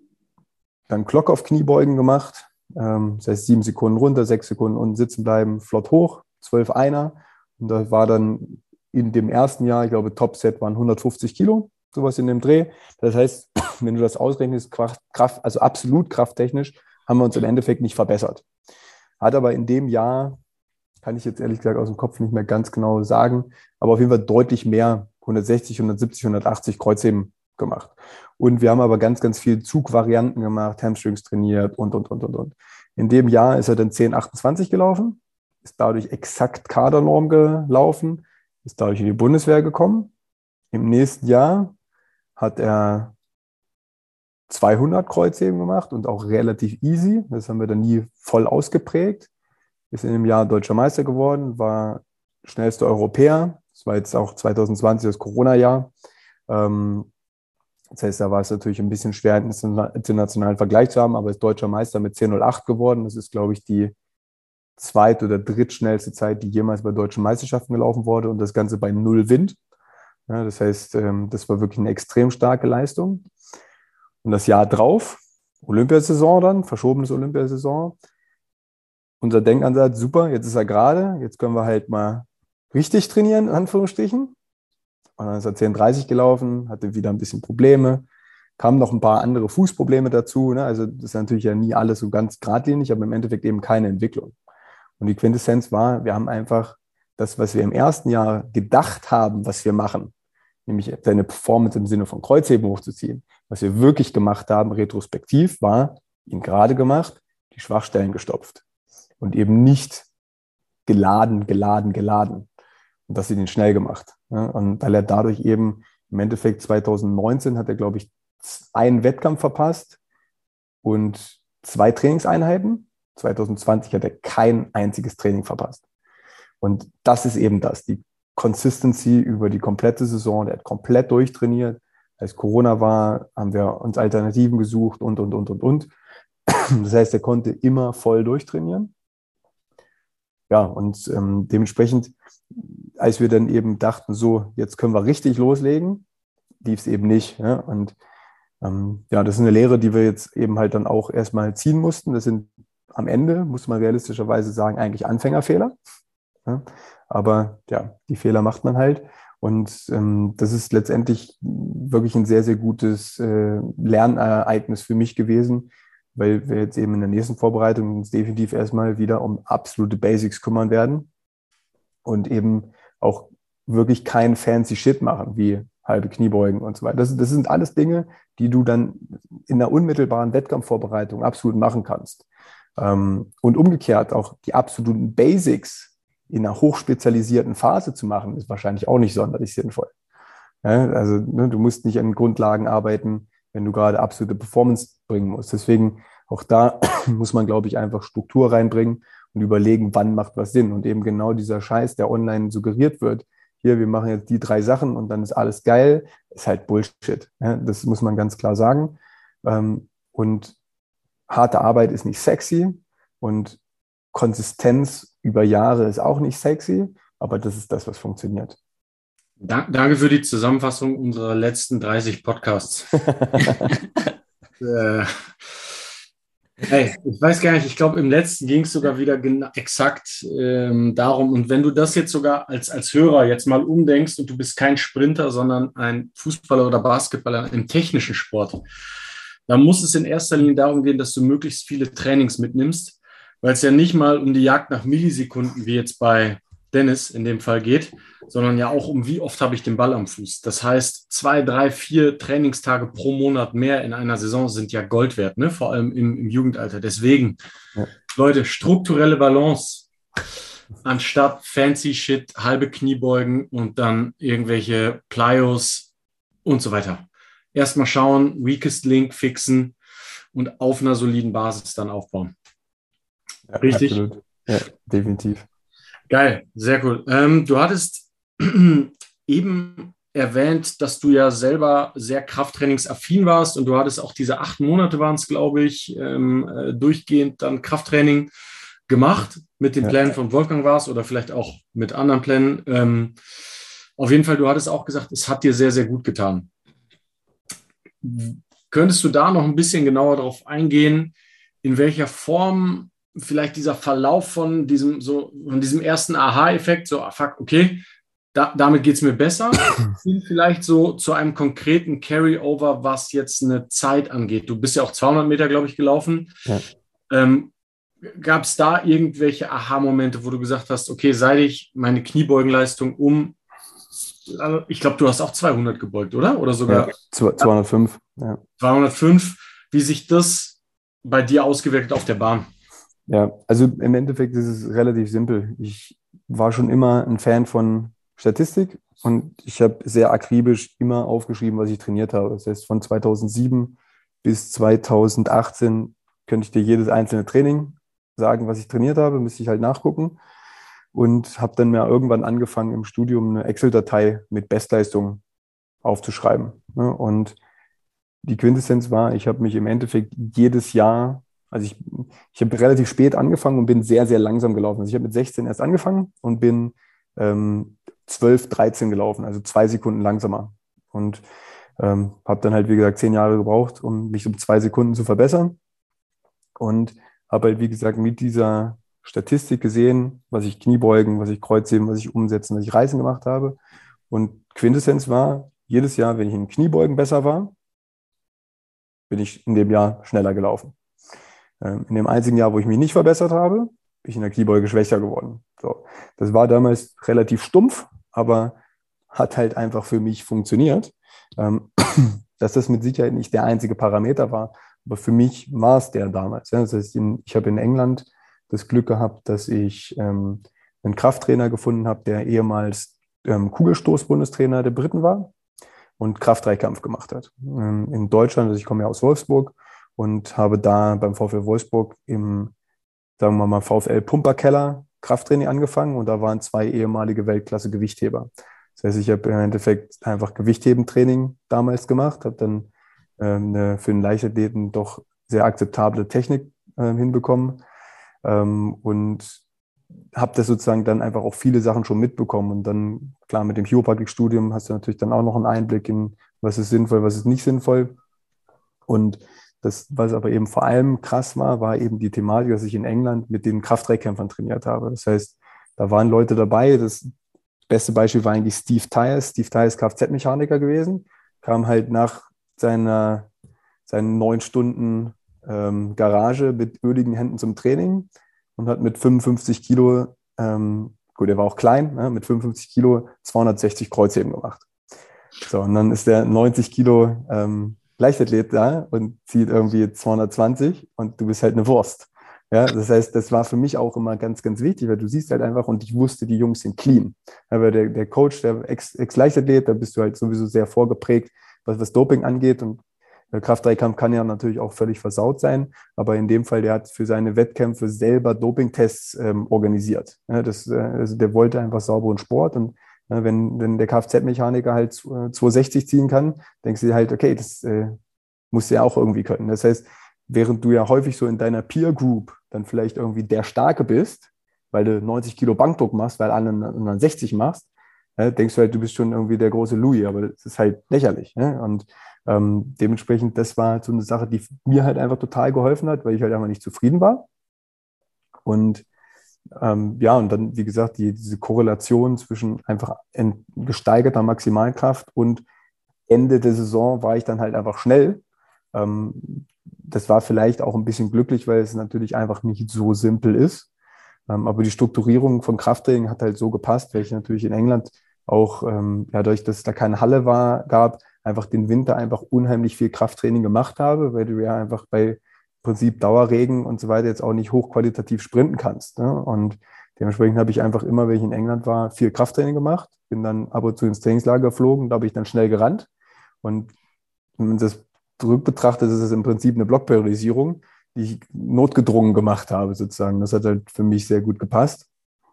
S2: dann Glock auf Kniebeugen gemacht. Ähm, das heißt, sieben Sekunden runter, sechs Sekunden unten sitzen bleiben, flott hoch, zwölf Einer. Und das war dann in dem ersten Jahr, ich glaube, Topset waren hundertfünfzig Kilo, sowas in dem Dreh. Das heißt, wenn du das ausrechnest, Kraft, also absolut krafttechnisch, haben wir uns im Endeffekt nicht verbessert. Hat aber in dem Jahr, kann ich jetzt ehrlich gesagt aus dem Kopf nicht mehr ganz genau sagen, aber auf jeden Fall deutlich mehr hundertsechzig, hundertsiebzig, hundertachtzig Kreuzheben gemacht. Und wir haben aber ganz, ganz viel Zugvarianten gemacht, Hamstrings trainiert und, und, und, und, und. In dem Jahr ist er dann zehn achtundzwanzig gelaufen, ist dadurch exakt Kadernorm gelaufen, ist dadurch in die Bundeswehr gekommen. Im nächsten Jahr hat er zweihundert Kreuzheben gemacht und auch relativ easy. Das haben wir dann nie voll ausgeprägt. Ist in dem Jahr Deutscher Meister geworden, war schnellster Europäer. Das war jetzt auch zwanzig zwanzig das Corona-Jahr. Ähm, Das heißt, da war es natürlich ein bisschen schwer, einen internationalen Vergleich zu haben, aber ist Deutscher Meister mit zehn null acht geworden. Das ist, glaube ich, die zweit- oder drittschnellste Zeit, die jemals bei deutschen Meisterschaften gelaufen wurde und das Ganze bei null Wind. Ja, das heißt, das war wirklich eine extrem starke Leistung. Und das Jahr drauf, Olympiasaison dann, verschobenes Olympiasaison. Unser Denkansatz, super, jetzt ist er gerade, jetzt können wir halt mal richtig trainieren, in Anführungsstrichen. Und dann ist er zehn dreißig gelaufen, hatte wieder ein bisschen Probleme, kamen noch ein paar andere Fußprobleme dazu. Ne? Also das ist natürlich ja nie alles so ganz geradlinig, aber im Endeffekt eben keine Entwicklung. Und die Quintessenz war, wir haben einfach das, was wir im ersten Jahr gedacht haben, was wir machen, nämlich seine Performance im Sinne von Kreuzheben hochzuziehen, was wir wirklich gemacht haben, retrospektiv, war ihn gerade gemacht, die Schwachstellen gestopft und eben nicht geladen, geladen, geladen. Und das hat ihn schnell gemacht. Ja, und weil er dadurch eben im Endeffekt zwanzig neunzehn hat er, glaube ich, einen Wettkampf verpasst und zwei Trainingseinheiten. zwanzig zwanzig hat er kein einziges Training verpasst. Und das ist eben das, die Consistency über die komplette Saison. Der hat komplett durchtrainiert. Als Corona war, haben wir uns Alternativen gesucht und, und, und, und, und. Das heißt, er konnte immer voll durchtrainieren. Ja, und ähm, dementsprechend, als wir dann eben dachten, so, jetzt können wir richtig loslegen, lief es eben nicht. Ja? Und ähm, ja, das ist eine Lehre, die wir jetzt eben halt dann auch erstmal ziehen mussten. Das sind am Ende, muss man realistischerweise sagen, eigentlich Anfängerfehler. Ja? Aber ja, die Fehler macht man halt. Und ähm, das ist letztendlich wirklich ein sehr, sehr gutes äh, Lernereignis für mich gewesen, weil wir jetzt eben in der nächsten Vorbereitung uns definitiv erstmal wieder um absolute Basics kümmern werden und eben auch wirklich kein fancy Shit machen, wie halbe Kniebeugen und so weiter. Das, das sind alles Dinge, die du dann in der unmittelbaren Wettkampfvorbereitung absolut machen kannst. Und umgekehrt auch die absoluten Basics in einer hochspezialisierten Phase zu machen, ist wahrscheinlich auch nicht sonderlich sinnvoll. Ja, also ne, du musst nicht an Grundlagen arbeiten, wenn du gerade absolute Performance bringen musst. Deswegen auch da muss man, glaube ich, einfach Struktur reinbringen und überlegen, wann macht was Sinn. Und eben genau dieser Scheiß, der online suggeriert wird, hier, wir machen jetzt die drei Sachen und dann ist alles geil, ist halt Bullshit. Ja, das muss man ganz klar sagen. Ähm, und harte Arbeit ist nicht sexy und Konsistenz über Jahre ist auch nicht sexy, aber das ist das, was funktioniert.
S3: Danke für die Zusammenfassung unserer letzten dreißig Podcasts. äh, hey, ich weiß gar nicht, ich glaube, im letzten ging es sogar wieder exakt ähm, darum. Und wenn du das jetzt sogar als, als Hörer jetzt mal umdenkst und du bist kein Sprinter, sondern ein Fußballer oder Basketballer im technischen Sport, dann muss es in erster Linie darum gehen, dass du möglichst viele Trainings mitnimmst, weil es ja nicht mal um die Jagd nach Millisekunden, wie jetzt bei Dennis in dem Fall geht, sondern ja auch um, wie oft habe ich den Ball am Fuß. Das heißt, zwei, drei, vier Trainingstage pro Monat mehr in einer Saison sind ja Gold wert, ne? Vor allem im, im Jugendalter. Deswegen, ja. Leute, strukturelle Balance anstatt fancy Shit, halbe Kniebeugen und dann irgendwelche Plyos und so weiter. Erstmal schauen, weakest link fixen und auf einer soliden Basis dann aufbauen.
S2: Ja,
S3: richtig?
S2: Absolut. Ja, definitiv.
S3: Geil, sehr cool. Ähm, du hattest eben erwähnt, dass du ja selber sehr krafttrainingsaffin warst und du hattest auch diese acht Monate waren es, glaube ich, ähm, äh, durchgehend dann Krafttraining gemacht mit den
S2: Ja.
S3: Plänen von Wolfgang warst oder vielleicht auch mit anderen Plänen. Ähm, auf jeden Fall, du hattest auch gesagt, es hat dir sehr, sehr gut getan. Könntest du da noch ein bisschen genauer darauf eingehen, in welcher Form vielleicht dieser Verlauf von diesem, so, von diesem ersten Aha-Effekt, so, ah, fuck, okay, da, damit geht es mir besser, vielleicht so zu einem konkreten Carryover, was jetzt eine Zeit angeht. Du bist ja auch zweihundert Meter, glaube ich, gelaufen.
S2: Ja.
S3: Ähm, gab es da irgendwelche Aha-Momente, wo du gesagt hast, okay, seit ich meine Kniebeugenleistung um, ich glaube, du hast auch zweihundert gebeugt, oder? Oder sogar
S2: ja, zweihundertfünf. Ja.
S3: zweihundertfünf, wie sich das bei dir ausgewirkt auf der Bahn?
S2: Ja, also im Endeffekt ist es relativ simpel. Ich war schon immer ein Fan von Statistik und ich habe sehr akribisch immer aufgeschrieben, was ich trainiert habe. Das heißt, von zweitausendsieben bis zweitausendachtzehn könnte ich dir jedes einzelne Training sagen, was ich trainiert habe, müsste ich halt nachgucken. Und habe dann mal irgendwann angefangen, im Studium eine Excel-Datei mit Bestleistungen aufzuschreiben. Und die Quintessenz war, ich habe mich im Endeffekt jedes Jahr, also ich, ich habe relativ spät angefangen und bin sehr, sehr langsam gelaufen. Also ich habe mit sechzehn erst angefangen und bin ähm, zwölf, dreizehn gelaufen, also zwei Sekunden langsamer. Und ähm, habe dann halt, wie gesagt, zehn Jahre gebraucht, um mich um zwei Sekunden zu verbessern. Und habe halt, wie gesagt, mit dieser Statistik gesehen, was ich Kniebeugen, was ich Kreuzheben, was ich Umsetzen, was ich Reißen gemacht habe. Und Quintessenz war, jedes Jahr, wenn ich in Kniebeugen besser war, bin ich in dem Jahr schneller gelaufen. In dem einzigen Jahr, wo ich mich nicht verbessert habe, bin ich in der Kniebeuge schwächer geworden. So. Das war damals relativ stumpf, aber hat halt einfach für mich funktioniert. Dass das mit Sicherheit nicht der einzige Parameter war, aber für mich war es der damals. Das heißt, ich habe in England das Glück gehabt, dass ich einen Krafttrainer gefunden habe, der ehemals Kugelstoß-Bundestrainer der Briten war und Kraft-Dreikampf gemacht hat. In Deutschland, also ich komme ja aus Wolfsburg und habe da beim VfL Wolfsburg im, sagen wir mal, VfL Pumperkeller Krafttraining angefangen und da waren zwei ehemalige Weltklasse-Gewichtheber. Das heißt, ich habe im Endeffekt einfach Gewichthebentraining damals gemacht, habe dann ähm, eine, für einen Leichtathleten doch sehr akzeptable Technik äh, hinbekommen ähm, und habe das sozusagen dann einfach auch viele Sachen schon mitbekommen. Und dann, klar, mit dem Chiropraktikstudium hast du natürlich dann auch noch einen Einblick in, was ist sinnvoll, was ist nicht sinnvoll. Und das, was aber eben vor allem krass war, war eben die Thematik, dass ich in England mit den Kraft-Dreikämpfern trainiert habe. Das heißt, da waren Leute dabei, das beste Beispiel war eigentlich Steve Tyers. Steve Tyers Kfz-Mechaniker gewesen, kam halt nach seiner, seinen neun Stunden ähm, Garage mit öligen Händen zum Training und hat mit fünfundfünfzig Kilo, ähm, gut, er war auch klein, ne, mit fünfundfünfzig Kilo zweihundertsechzig Kreuzheben gemacht. So, und dann ist der neunzig Kilo ähm, Leichtathlet da und zieht irgendwie zweihundertzwanzig und du bist halt eine Wurst. Ja, das heißt, das war für mich auch immer ganz, ganz wichtig, weil du siehst halt einfach und ich wusste, die Jungs sind clean. Aber der, der Coach, der Ex-Leichtathlet, da bist du halt sowieso sehr vorgeprägt, was, was Doping angeht und der Kraft-Dreikampf kann ja natürlich auch völlig versaut sein, aber in dem Fall, der hat für seine Wettkämpfe selber Dopingtests ähm, organisiert. Ja, das, äh, also der wollte einfach sauberen Sport und Ja, wenn, wenn der Kfz-Mechaniker halt zweihundertsechzig ziehen kann, denkst du dir halt, okay, das äh, musst du ja auch irgendwie können. Das heißt, während du ja häufig so in deiner Peer Group dann vielleicht irgendwie der Starke bist, weil du neunzig Kilo Bankdruck machst, weil alle anderen sechzig machst, ja, denkst du halt, du bist schon irgendwie der große Louis, aber das ist halt lächerlich. Ja? Und ähm, dementsprechend, das war halt so eine Sache, die mir halt einfach total geholfen hat, weil ich halt einfach nicht zufrieden war. Und ähm, ja, und dann, wie gesagt, die, diese Korrelation zwischen einfach ent- gesteigerter Maximalkraft und Ende der Saison war ich dann halt einfach schnell. Ähm, das war vielleicht auch ein bisschen glücklich, weil es natürlich einfach nicht so simpel ist. Ähm, aber die Strukturierung von Krafttraining hat halt so gepasst, weil ich natürlich in England auch, ähm, ja, dadurch, dass es da keine Halle war, gab, einfach den Winter einfach unheimlich viel Krafttraining gemacht habe, weil du ja einfach bei Prinzip Dauerregen und so weiter jetzt auch nicht hochqualitativ sprinten kannst. Ne? Und dementsprechend habe ich einfach immer, wenn ich in England war, viel Krafttraining gemacht, bin dann ab und zu ins Trainingslager geflogen, da habe ich dann schnell gerannt. Und wenn man das zurück betrachtet, ist es im Prinzip eine Blockperiodisierung, die ich notgedrungen gemacht habe, sozusagen. Das hat halt für mich sehr gut gepasst.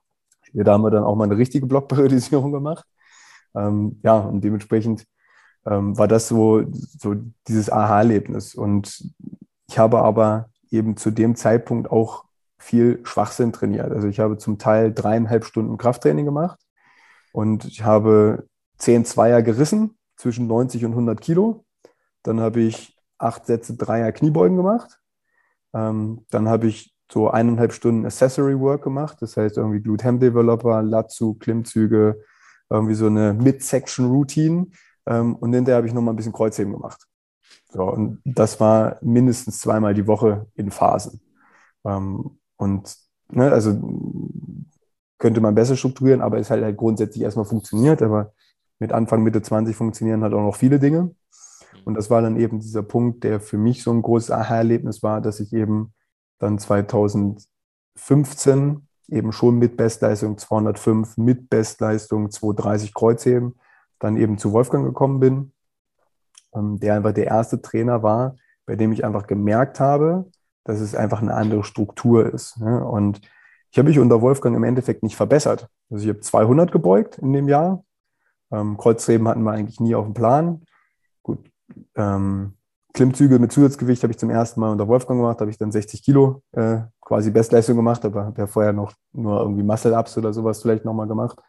S2: Da haben wir dann auch mal eine richtige Blockperiodisierung gemacht. Ähm, ja, und dementsprechend ähm, war das so, so dieses Aha-Erlebnis. Und ich habe aber eben zu dem Zeitpunkt auch viel Schwachsinn trainiert. Also ich habe zum Teil dreieinhalb Stunden Krafttraining gemacht und ich habe zehn Zweier gerissen zwischen neunzig und hundert Kilo. Dann habe ich acht Sätze Dreier Kniebeugen gemacht. Ähm, dann habe ich so eineinhalb Stunden Accessory Work gemacht. Das heißt irgendwie Glute Ham Developer, Latzug, Klimmzüge, irgendwie so eine Midsection Routine. Ähm, und hinterher habe ich nochmal ein bisschen Kreuzheben gemacht. So, und das war mindestens zweimal die Woche in Phasen. Ähm, und ne, also könnte man besser strukturieren, aber es halt, halt grundsätzlich erstmal funktioniert. Aber mit Anfang, Mitte zwanzig funktionieren halt auch noch viele Dinge. Und das war dann eben dieser Punkt, der für mich so ein großes Aha-Erlebnis war, dass ich eben dann zweitausendfünfzehn eben schon mit Bestleistung zweihundertfünf, mit Bestleistung zweihundertdreißig Kreuzheben, dann eben zu Wolfgang gekommen bin, ähm, der einfach der erste Trainer war, bei dem ich einfach gemerkt habe, dass es einfach eine andere Struktur ist. Ne? Und ich habe mich unter Wolfgang im Endeffekt nicht verbessert. Also ich habe zweihundert gebeugt in dem Jahr. Ähm, Kreuzheben hatten wir eigentlich nie auf dem Plan. Gut, ähm, Klimmzüge mit Zusatzgewicht habe ich zum ersten Mal unter Wolfgang gemacht, habe ich dann sechzig Kilo äh, quasi Bestleistung gemacht, aber habe ja vorher noch nur irgendwie Muscle-Ups oder sowas vielleicht nochmal gemacht.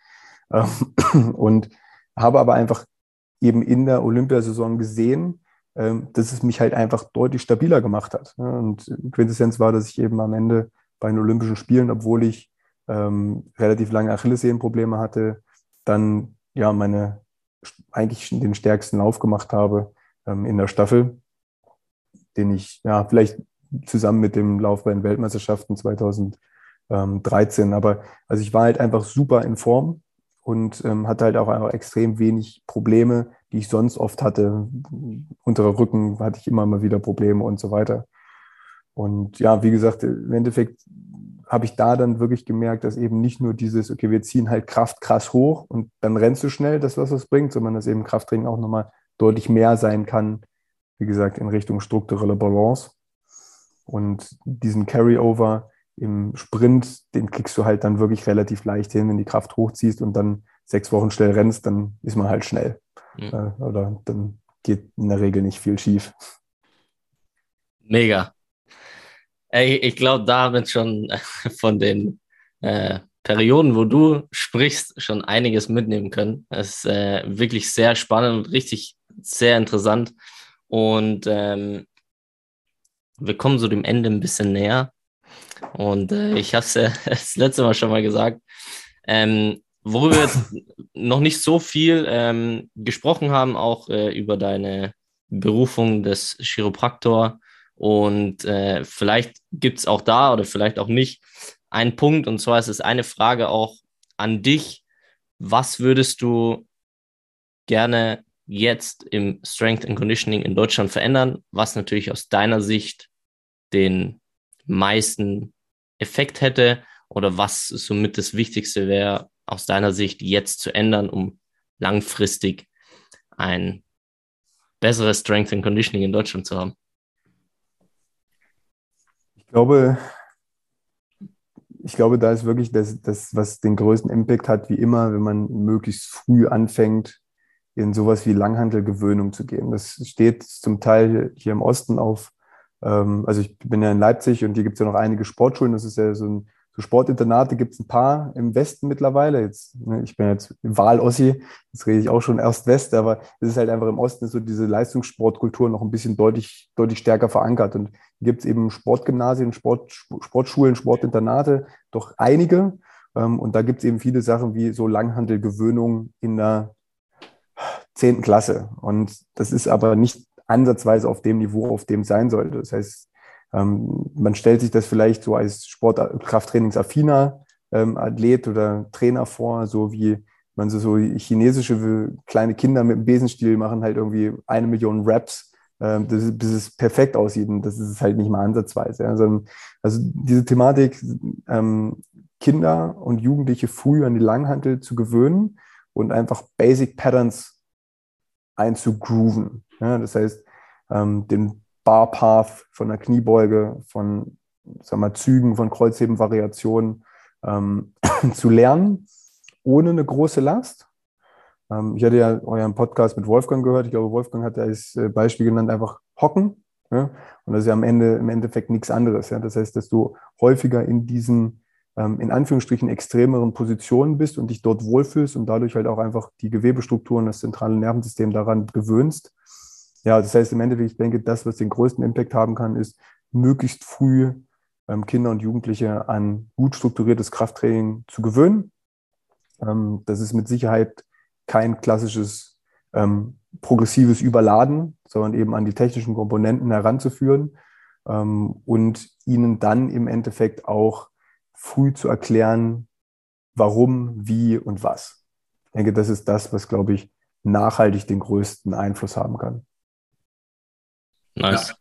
S2: Ähm, und habe aber einfach eben in der Olympiasaison gesehen, ähm, dass es mich halt einfach deutlich stabiler gemacht hat. Ne? Und Quintessenz war, dass ich eben am Ende bei den Olympischen Spielen, obwohl ich ähm, relativ lange Achillessehnenprobleme hatte, dann ja meine eigentlich den stärksten Lauf gemacht habe ähm, in der Staffel, den ich ja vielleicht zusammen mit dem Lauf bei den Weltmeisterschaften zweitausenddreizehn, aber also ich war halt einfach super in Form und ähm, hatte halt auch einfach extrem wenig Probleme, die ich sonst oft hatte. Unterer Rücken hatte ich immer mal wieder Probleme und so weiter. Und ja, wie gesagt, im Endeffekt habe ich da dann wirklich gemerkt, dass eben nicht nur dieses, okay, wir ziehen halt Kraft krass hoch und dann rennst du schnell, das, was das bringt, sondern dass eben Krafttraining auch nochmal deutlich mehr sein kann, wie gesagt, in Richtung strukturelle Balance. Und diesen Carryover im Sprint, den kriegst du halt dann wirklich relativ leicht hin, wenn du die Kraft hochziehst und dann sechs Wochen schnell rennst, dann ist man halt schnell. Mhm. Oder dann geht in der Regel nicht viel schief.
S1: Mega. Ich, ich glaube, da haben wir schon von den äh, Perioden, wo du sprichst, schon einiges mitnehmen können. Es ist äh, wirklich sehr spannend und richtig sehr interessant. Und ähm, wir kommen so dem Ende ein bisschen näher. Und äh, ich habe es äh, das letzte Mal schon mal gesagt, ähm, worüber wir jetzt noch nicht so viel ähm, gesprochen haben, auch äh, über deine Berufung des Chiropraktor. Und äh, vielleicht gibt es auch da oder vielleicht auch nicht einen Punkt. Und zwar ist es eine Frage auch an dich. Was würdest du gerne jetzt im Strength and Conditioning in Deutschland verändern, was natürlich aus deiner Sicht den meisten Effekt hätte oder was somit das Wichtigste wäre, aus deiner Sicht jetzt zu ändern, um langfristig ein besseres Strength and Conditioning in Deutschland zu haben?
S2: Ich glaube, ich glaube, da ist wirklich das, das, was den größten Impact hat, wie immer, wenn man möglichst früh anfängt, in sowas wie Langhantelgewöhnung zu gehen. Das steht zum Teil hier im Osten auf, ähm, also ich bin ja in Leipzig und hier gibt es ja noch einige Sportschulen. Das ist ja so ein, so Sportinternate gibt es ein paar im Westen mittlerweile. Jetzt, ne, ich bin jetzt Wahl-Ossi, jetzt rede ich auch schon erst West, aber es ist halt einfach im Osten ist so diese Leistungssportkultur noch ein bisschen deutlich, deutlich stärker verankert. Und hier gibt es eben Sportgymnasien, Sport, Sportschulen, Sportinternate, doch einige. Ähm, und da gibt es eben viele Sachen wie so Langhantelgewöhnung in der zehnten Klasse. Und das ist aber nicht ansatzweise auf dem Niveau, auf dem es sein sollte. Das heißt, ähm, man stellt sich das vielleicht so als Sportkrafttrainingsaffiner ähm, Athlet oder Trainer vor, so wie man so, so chinesische kleine Kinder mit dem Besenstiel machen halt irgendwie eine Million Reps, ähm, das ist, bis es perfekt aussieht. Und das ist es halt nicht mal ansatzweise. Ja. Also, also diese Thematik, ähm, Kinder und Jugendliche früh an die Langhantel zu gewöhnen und einfach Basic Patterns einzugrooven. Ja, das heißt, ähm, den Bar Path von der Kniebeuge, von sagen wir, Zügen, von Kreuzheben-Variationen ähm, zu lernen, ohne eine große Last. Ähm, ich hatte ja euren Podcast mit Wolfgang gehört. Ich glaube, Wolfgang hat als Beispiel genannt einfach Hocken. Ja? Und das ist ja am Ende im Endeffekt nichts anderes. Ja? Das heißt, dass du häufiger in diesen in Anführungsstrichen extremeren Positionen bist und dich dort wohlfühlst und dadurch halt auch einfach die Gewebestrukturen, das zentrale Nervensystem daran gewöhnst. Ja, das heißt im Endeffekt, ich denke, das, was den größten Impact haben kann, ist, möglichst früh ähm, Kinder und Jugendliche an gut strukturiertes Krafttraining zu gewöhnen. Ähm, das ist mit Sicherheit kein klassisches ähm, progressives Überladen, sondern eben an die technischen Komponenten heranzuführen ähm, und ihnen dann im Endeffekt auch früh zu erklären, warum, wie und was. Ich denke, das ist das, was, glaube ich, nachhaltig den größten Einfluss haben kann.
S1: Nice.
S3: Ja.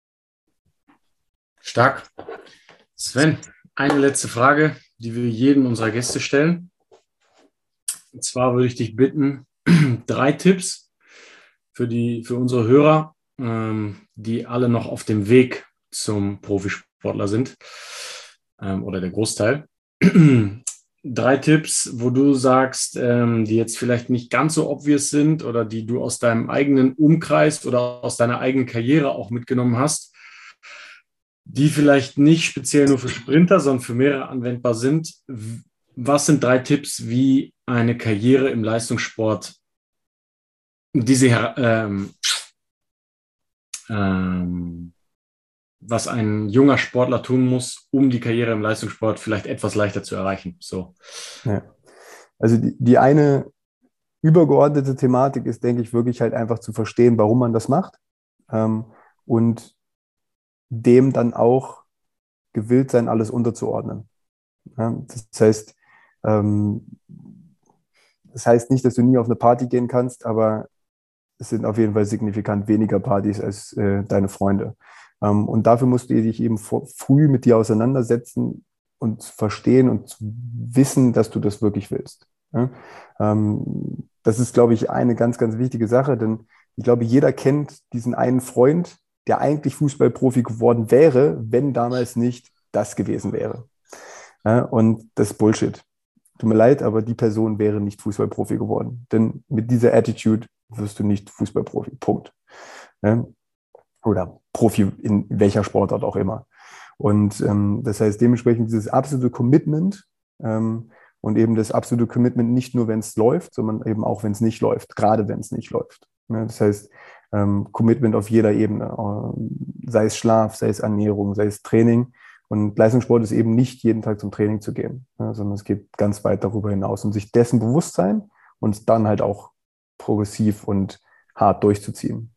S3: Stark. Sven, eine letzte Frage, die wir jedem unserer Gäste stellen. Und zwar würde ich dich bitten, drei Tipps für, die, für unsere Hörer, ähm, die alle noch auf dem Weg zum Profisportler sind, ähm, oder der Großteil. Drei Tipps, wo du sagst, ähm, die jetzt vielleicht nicht ganz so obvious sind oder die du aus deinem eigenen Umkreis oder aus deiner eigenen Karriere auch mitgenommen hast, die vielleicht nicht speziell nur für Sprinter, sondern für mehrere anwendbar sind. Was sind drei Tipps, wie eine Karriere im Leistungssport diese ähm, ähm, was ein junger Sportler tun muss, um die Karriere im Leistungssport vielleicht etwas leichter zu erreichen? So.
S2: Ja. Also die, die eine übergeordnete Thematik ist, denke ich, wirklich halt einfach zu verstehen, warum man das macht ähm, und dem dann auch gewillt sein, alles unterzuordnen. Ja, das heißt, ähm, das heißt nicht, dass du nie auf eine Party gehen kannst, aber es sind auf jeden Fall signifikant weniger Partys als äh, deine Freunde. Ähm, und dafür musst du dich eben vor, früh mit dir auseinandersetzen und verstehen und wissen, dass du das wirklich willst. Ja? Ähm, das ist, glaube ich, eine ganz, ganz wichtige Sache, denn ich glaube, jeder kennt diesen einen Freund, der eigentlich Fußballprofi geworden wäre, wenn damals nicht das gewesen wäre. Ja? Und das ist Bullshit. Tut mir leid, aber die Person wäre nicht Fußballprofi geworden. Denn mit dieser Attitude wirst du nicht Fußballprofi. Punkt. Ja? Oder Profi in welcher Sportart auch immer. Und ähm, das heißt dementsprechend dieses absolute Commitment ähm, und eben das absolute Commitment nicht nur, wenn es läuft, sondern eben auch, wenn es nicht läuft, gerade wenn es nicht läuft. Ja? Das heißt ähm, Commitment auf jeder Ebene, äh, sei es Schlaf, sei es Ernährung, sei es Training. Und Leistungssport ist eben nicht jeden Tag zum Training zu gehen, ja, sondern es geht ganz weit darüber hinaus und sich dessen bewusst sein und dann halt auch progressiv und hart durchzuziehen.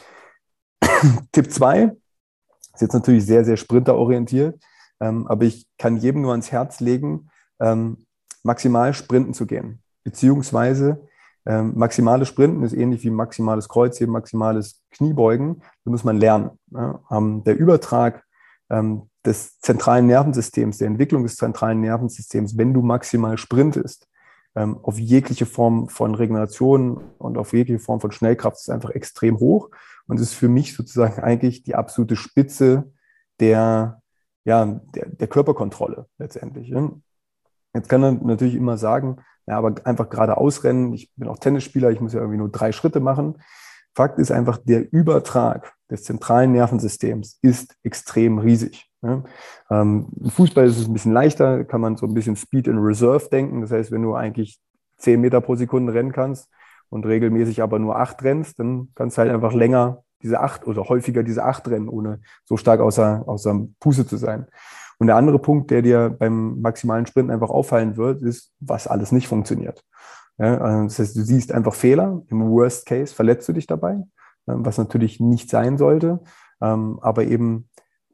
S2: Tipp zwei ist jetzt natürlich sehr, sehr sprinterorientiert, ähm, aber ich kann jedem nur ans Herz legen, ähm, maximal sprinten zu gehen. Beziehungsweise ähm, maximales Sprinten ist ähnlich wie maximales Kreuzheben, maximales Kniebeugen. Das muss man lernen. Ja. Ähm, der Übertrag ähm, des zentralen Nervensystems, der Entwicklung des zentralen Nervensystems, wenn du maximal sprintest, ähm, auf jegliche Form von Regeneration und auf jegliche Form von Schnellkraft ist einfach extrem hoch und ist für mich sozusagen eigentlich die absolute Spitze der ja, der, der Körperkontrolle letztendlich. Ja. Jetzt kann man natürlich immer sagen, ja, aber einfach geradeaus rennen, ich bin auch Tennisspieler, ich muss ja irgendwie nur drei Schritte machen. Fakt ist einfach, der Übertrag des zentralen Nervensystems ist extrem riesig. Ja. Ähm, Im Fußball ist es ein bisschen leichter, kann man so ein bisschen Speed in Reserve denken. Das heißt, wenn du eigentlich zehn Meter pro Sekunde rennen kannst und regelmäßig aber nur acht rennst, dann kannst du halt einfach länger diese acht oder häufiger diese acht rennen, ohne so stark außer, außer Puste zu sein. Und der andere Punkt, der dir beim maximalen Sprint einfach auffallen wird, ist, was alles nicht funktioniert. Ja, das heißt, du siehst einfach Fehler. Im Worst Case verletzt du dich dabei, was natürlich nicht sein sollte, aber eben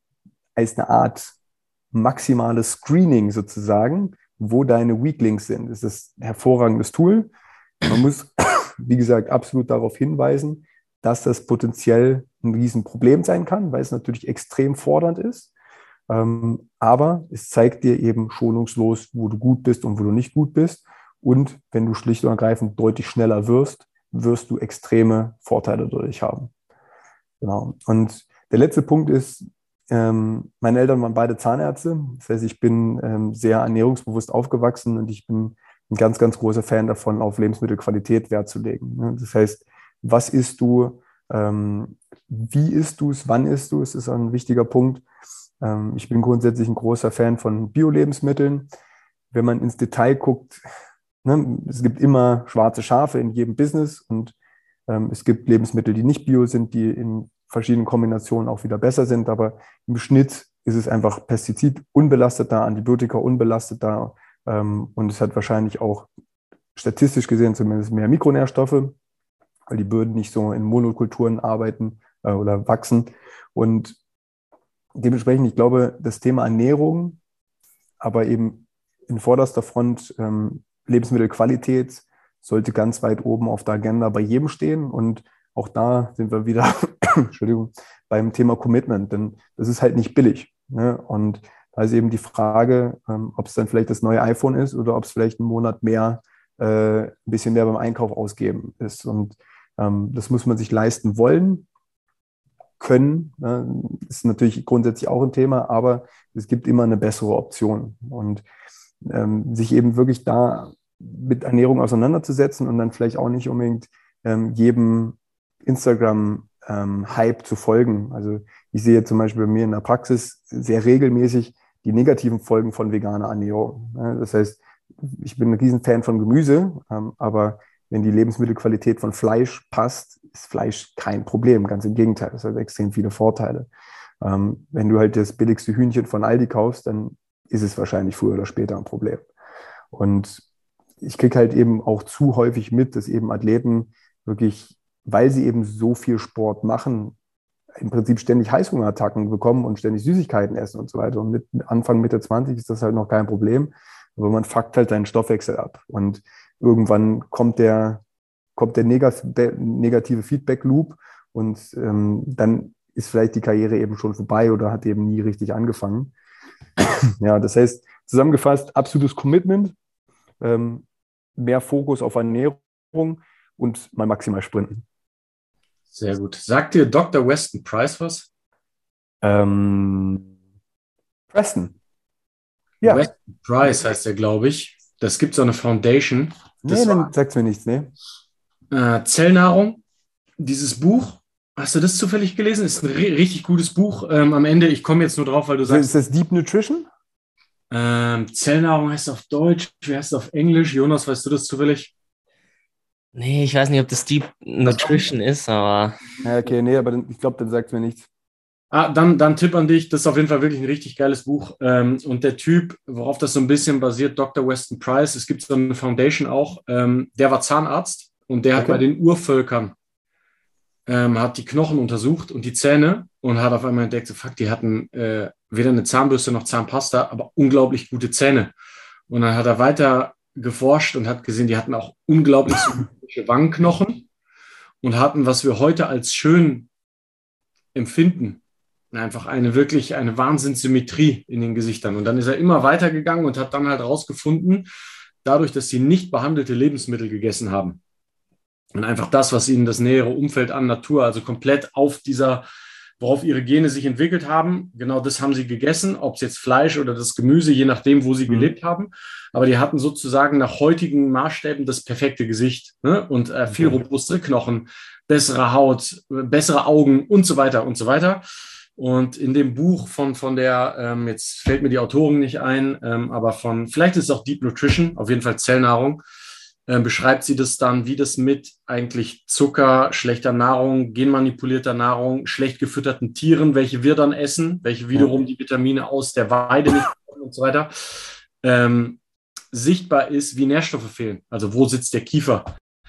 S2: als eine Art maximales Screening sozusagen, wo deine Weaklinks sind. Das ist ein hervorragendes Tool. Man muss, wie gesagt, absolut darauf hinweisen, dass das potenziell ein Riesenproblem sein kann, weil es natürlich extrem fordernd ist. Ähm, aber es zeigt dir eben schonungslos, wo du gut bist und wo du nicht gut bist. Und wenn du schlicht und ergreifend deutlich schneller wirst, wirst du extreme Vorteile dadurch haben. Genau. Und der letzte Punkt ist, ähm, meine Eltern waren beide Zahnärzte. Das heißt, ich bin ähm, sehr ernährungsbewusst aufgewachsen und ich bin ein ganz, ganz großer Fan davon, auf Lebensmittelqualität Wert zu legen. Ne? Das heißt, was isst du, ähm, wie isst du es, wann isst du es, ist ein wichtiger Punkt. Ähm, ich bin grundsätzlich ein großer Fan von Bio-Lebensmitteln. Wenn man ins Detail guckt, ne, es gibt immer schwarze Schafe in jedem Business und ähm, es gibt Lebensmittel, die nicht bio sind, die in verschiedenen Kombinationen auch wieder besser sind, aber im Schnitt ist es einfach Pestizid unbelastet da, Antibiotika unbelastet da ähm, und es hat wahrscheinlich auch statistisch gesehen zumindest mehr Mikronährstoffe, weil die Böden nicht so in Monokulturen arbeiten äh, oder wachsen. Und dementsprechend, ich glaube, das Thema Ernährung, aber eben in vorderster Front ähm, Lebensmittelqualität sollte ganz weit oben auf der Agenda bei jedem stehen. Und auch da sind wir wieder Entschuldigung, beim Thema Commitment, denn das ist halt nicht billig. Ne? Und da ist eben die Frage, ähm, ob es dann vielleicht das neue iPhone ist oder ob es vielleicht einen Monat mehr, äh, ein bisschen mehr beim Einkauf ausgeben ist. Und ähm, das muss man sich leisten wollen, können. Ne? Ist natürlich grundsätzlich auch ein Thema, aber es gibt immer eine bessere Option. Und ähm, sich eben wirklich da mit Ernährung auseinanderzusetzen und dann vielleicht auch nicht unbedingt ähm, jedem Instagram-Hype ähm, zu folgen. Also ich sehe zum Beispiel bei mir in der Praxis sehr regelmäßig die negativen Folgen von veganer Ernährung. Ja, das heißt, ich bin ein Riesenfan von Gemüse, ähm, aber wenn die Lebensmittelqualität von Fleisch passt, ist Fleisch kein Problem. Ganz im Gegenteil, es hat extrem viele Vorteile. Ähm, wenn du halt das billigste Hühnchen von Aldi kaufst, dann ist es wahrscheinlich früher oder später ein Problem. Und ich kriege halt eben auch zu häufig mit, dass eben Athleten wirklich, weil sie eben so viel Sport machen, im Prinzip ständig Heißhungerattacken bekommen und ständig Süßigkeiten essen und so weiter. Und mit Anfang, Mitte zwanzig ist das halt noch kein Problem. Aber man fuckt halt seinen Stoffwechsel ab. Und irgendwann kommt der, kommt der negative Feedback-Loop und ähm, dann ist vielleicht die Karriere eben schon vorbei oder hat eben nie richtig angefangen. Ja, das heißt, zusammengefasst, absolutes Commitment, ähm, mehr Fokus auf Ernährung und mal maximal sprinten.
S3: Sehr gut. Sagt dir Doktor Weston Price was?
S2: Ähm, Preston. Ja.
S3: Weston Price heißt er, glaube ich. Das gibt so eine Foundation. Das
S2: nee, dann sagt es mir nichts, ne?
S3: Äh, Zellnahrung. Dieses Buch, hast du das zufällig gelesen? Ist ein richtig gutes Buch. Ähm, am Ende, ich komme jetzt nur drauf, weil du sagst...
S2: Ist das Deep Nutrition?
S3: Ähm, Zellnahrung heißt auf Deutsch, wie heißt es auf Englisch? Jonas, weißt du das zufällig?
S1: Nee, ich weiß nicht, ob das Deep Nutrition ist, aber...
S2: Ja, okay, nee, aber dann, ich glaube, dann sagt es mir nichts.
S3: Ah, dann, dann Tipp an dich, das ist auf jeden Fall wirklich ein richtig geiles Buch. Ähm, und der Typ, worauf das so ein bisschen basiert, Doktor Weston Price, es gibt so eine Foundation auch, ähm, der war Zahnarzt und der hat
S2: Okay.
S3: bei den Urvölkern, ähm, hat die Knochen untersucht und die Zähne und hat auf einmal entdeckt, so, fuck, die hatten äh, weder eine Zahnbürste noch Zahnpasta, aber unglaublich gute Zähne. Und dann hat er weiter geforscht und hat gesehen, die hatten auch unglaublich symmetrische Wangenknochen und hatten, was wir heute als schön empfinden, einfach eine wirklich eine Wahnsinnssymmetrie in den Gesichtern. Und dann ist er immer weitergegangen und hat dann halt rausgefunden, dadurch, dass sie nicht behandelte Lebensmittel gegessen haben und einfach das, was ihnen das nähere Umfeld an Natur, also komplett auf dieser worauf ihre Gene sich entwickelt haben. Genau das haben sie gegessen, ob es jetzt Fleisch oder das Gemüse, je nachdem, wo sie mhm. gelebt haben. Aber die hatten sozusagen nach heutigen Maßstäben das perfekte Gesicht, ne? Und äh, viel okay. robustere Knochen, bessere Haut, bessere Augen und so weiter und so weiter. Und in dem Buch von, von der, ähm, jetzt fällt mir die Autorin nicht ein, ähm, aber von, vielleicht ist es auch Deep Nutrition, auf jeden Fall Zellnahrung, äh, beschreibt sie das dann, wie das mit eigentlich Zucker, schlechter Nahrung, genmanipulierter Nahrung, schlecht gefütterten Tieren, welche wir dann essen, welche wiederum die Vitamine aus der Weide nicht bekommen und so weiter, ähm, sichtbar ist, wie Nährstoffe fehlen. Also wo sitzt der Kiefer?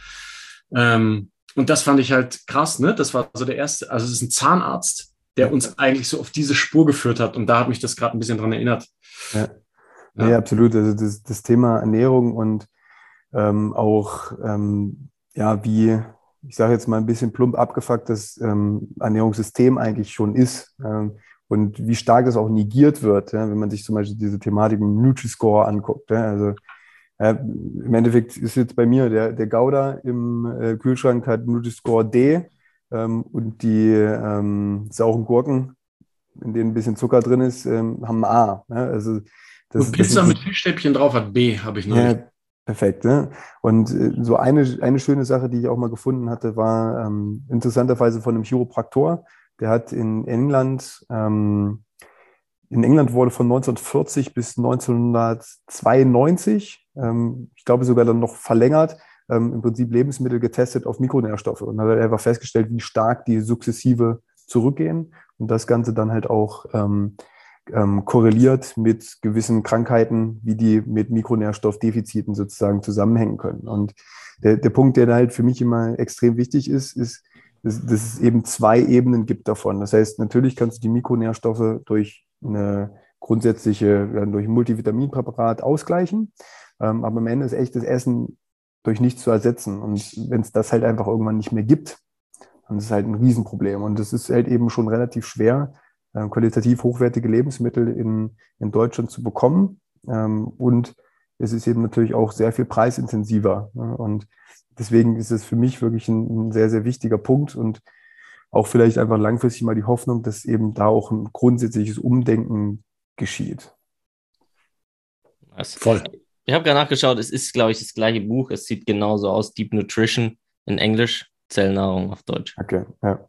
S3: Ähm, und das fand ich halt krass, ne? Das war so der erste, also es ist ein Zahnarzt, der uns eigentlich so auf diese Spur geführt hat. Und da hat mich das gerade ein bisschen dran erinnert.
S2: Ja, ja. Nee, absolut. Also das, das Thema Ernährung und ähm, auch, ähm, ja, wie, ich sage jetzt mal ein bisschen plump abgefuckt, das ähm, Ernährungssystem eigentlich schon ist. Ähm, und wie stark das auch negiert wird, ja, wenn man sich zum Beispiel diese Thematik im Nutri-Score anguckt. Ja, also ja, im Endeffekt ist jetzt bei mir der, der Gouda im äh, Kühlschrank hat Nutri-Score D. Und die ähm, sauren Gurken, in denen ein bisschen Zucker drin ist, ähm, haben ein A. Ne? Also das,
S3: und Pizza
S2: das
S3: mit Fischstäbchen drauf hat B, habe ich noch
S2: ja,
S3: nicht.
S2: Perfekt. Ne? Und äh, so eine, eine schöne Sache, die ich auch mal gefunden hatte, war ähm, interessanterweise von einem Chiropraktor. Der hat in England, ähm, in England wurde von neunzehnhundertvierzig bis neunzehnhundertzweiundneunzig, ähm, ich glaube sogar dann noch verlängert, im Prinzip Lebensmittel getestet auf Mikronährstoffe und hat einfach festgestellt, wie stark die sukzessive zurückgehen und das Ganze dann halt auch ähm, ähm, korreliert mit gewissen Krankheiten, wie die mit Mikronährstoffdefiziten sozusagen zusammenhängen können. Und der, der Punkt, der da halt für mich immer extrem wichtig ist, ist, dass, dass es eben zwei Ebenen gibt davon. Das heißt, natürlich kannst du die Mikronährstoffe durch eine grundsätzliche, durch ein Multivitaminpräparat ausgleichen, ähm, aber am Ende ist echtes Essen durch nichts zu ersetzen. Und wenn es das halt einfach irgendwann nicht mehr gibt, dann ist es halt ein Riesenproblem. Und es ist halt eben schon relativ schwer, äh, qualitativ hochwertige Lebensmittel in, in Deutschland zu bekommen. Ähm, und es ist eben natürlich auch sehr viel preisintensiver. Ne? Und deswegen ist es für mich wirklich ein, ein sehr, sehr wichtiger Punkt und auch vielleicht einfach langfristig mal die Hoffnung, dass eben da auch ein grundsätzliches Umdenken geschieht.
S1: Was? Voll. Ich habe gerade nachgeschaut, es ist, glaube ich, das gleiche Buch. Es sieht genauso aus, Deep Nutrition in Englisch, Zellnahrung auf Deutsch.
S2: Okay, ja.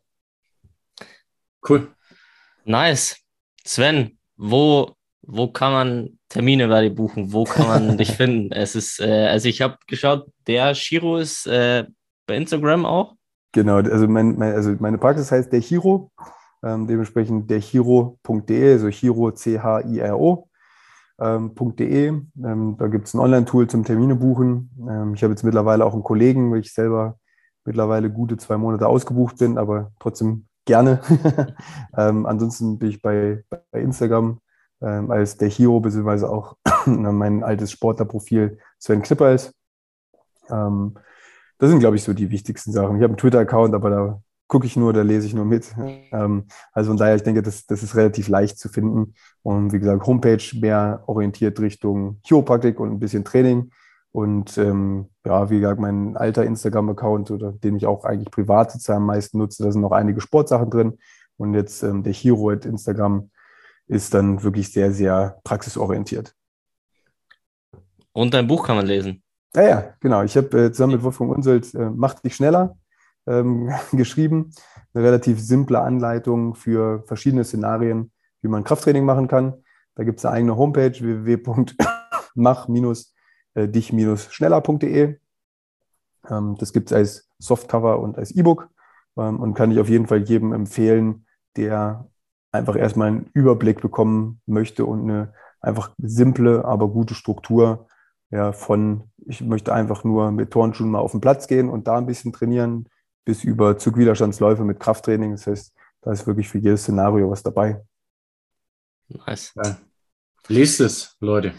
S3: Cool.
S1: Nice. Sven, wo, wo kann man Termine bei dir buchen? Wo kann man dich finden? Es ist, äh, also ich habe geschaut, der Chiro ist äh, bei Instagram auch.
S2: Genau, also, mein, mein, also meine Praxis heißt der Chiro, ähm, dementsprechend derchiro punkt de, also Chiro, C H I R O. Ähm, .de. Ähm, da gibt es ein Online-Tool zum Termine buchen. Ähm, ich habe jetzt mittlerweile auch einen Kollegen, weil ich selber mittlerweile gute zwei Monate ausgebucht bin, aber trotzdem gerne. ähm, ansonsten bin ich bei, bei Instagram ähm, als der Hero, beziehungsweise auch mein altes Sportlerprofil Sven Klippers. Ähm, das sind, glaube ich, so die wichtigsten Sachen. Ich habe einen Twitter-Account, aber da gucke ich nur, da lese ich nur mit. Ähm, also von daher, ich denke, das, das ist relativ leicht zu finden. Und wie gesagt, Homepage mehr orientiert Richtung Chiropraktik und ein bisschen Training. Und ähm, ja, wie gesagt, mein alter Instagram-Account, oder den ich auch eigentlich privat sozusagen am meisten nutze, da sind noch einige Sportsachen drin. Und jetzt ähm, der Chiro at Instagram ist dann wirklich sehr, sehr praxisorientiert.
S1: Und dein Buch kann man lesen.
S2: Ja, ja, genau. Ich habe äh, zusammen mit Wolfgang Unselt äh, Mach dich schneller ähm, geschrieben. Eine relativ simple Anleitung für verschiedene Szenarien, wie man Krafttraining machen kann. Da gibt es eine eigene Homepage, w w w punkt mach dich schneller punkt de. Ähm, das gibt es als Softcover und als E-Book ähm, und kann ich auf jeden Fall jedem empfehlen, der einfach erstmal einen Überblick bekommen möchte und eine einfach simple, aber gute Struktur, ja, von ich möchte einfach nur mit Turnschuhen mal auf den Platz gehen und da ein bisschen trainieren, bis über Zugwiderstandsläufe mit Krafttraining. Das heißt, da ist wirklich für jedes Szenario was dabei.
S1: Nice.
S3: Ja. Lest es, Leute.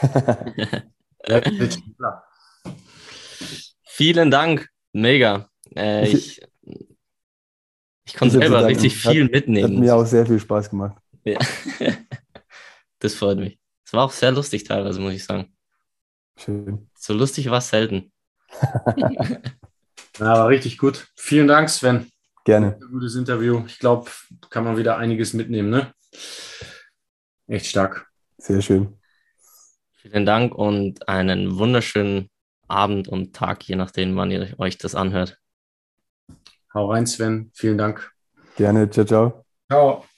S1: Vielen Dank. Mega. Äh, ich ich konnte
S2: ich
S1: selber richtig viel
S2: hat,
S1: mitnehmen.
S2: Hat mir auch sehr viel Spaß gemacht.
S1: Ja. Das freut mich. Es war auch sehr lustig teilweise, muss ich sagen.
S2: Schön.
S1: So lustig war es selten.
S3: Ja, war richtig gut. Vielen Dank, Sven.
S2: Gerne.
S3: Ein gutes Interview. Ich glaube, kann man wieder einiges mitnehmen, ne? Echt stark.
S2: Sehr schön.
S1: Vielen Dank und einen wunderschönen Abend und Tag, je nachdem, wann ihr euch das anhört.
S3: Hau rein, Sven. Vielen Dank.
S2: Gerne. Ciao, ciao.
S3: Ciao.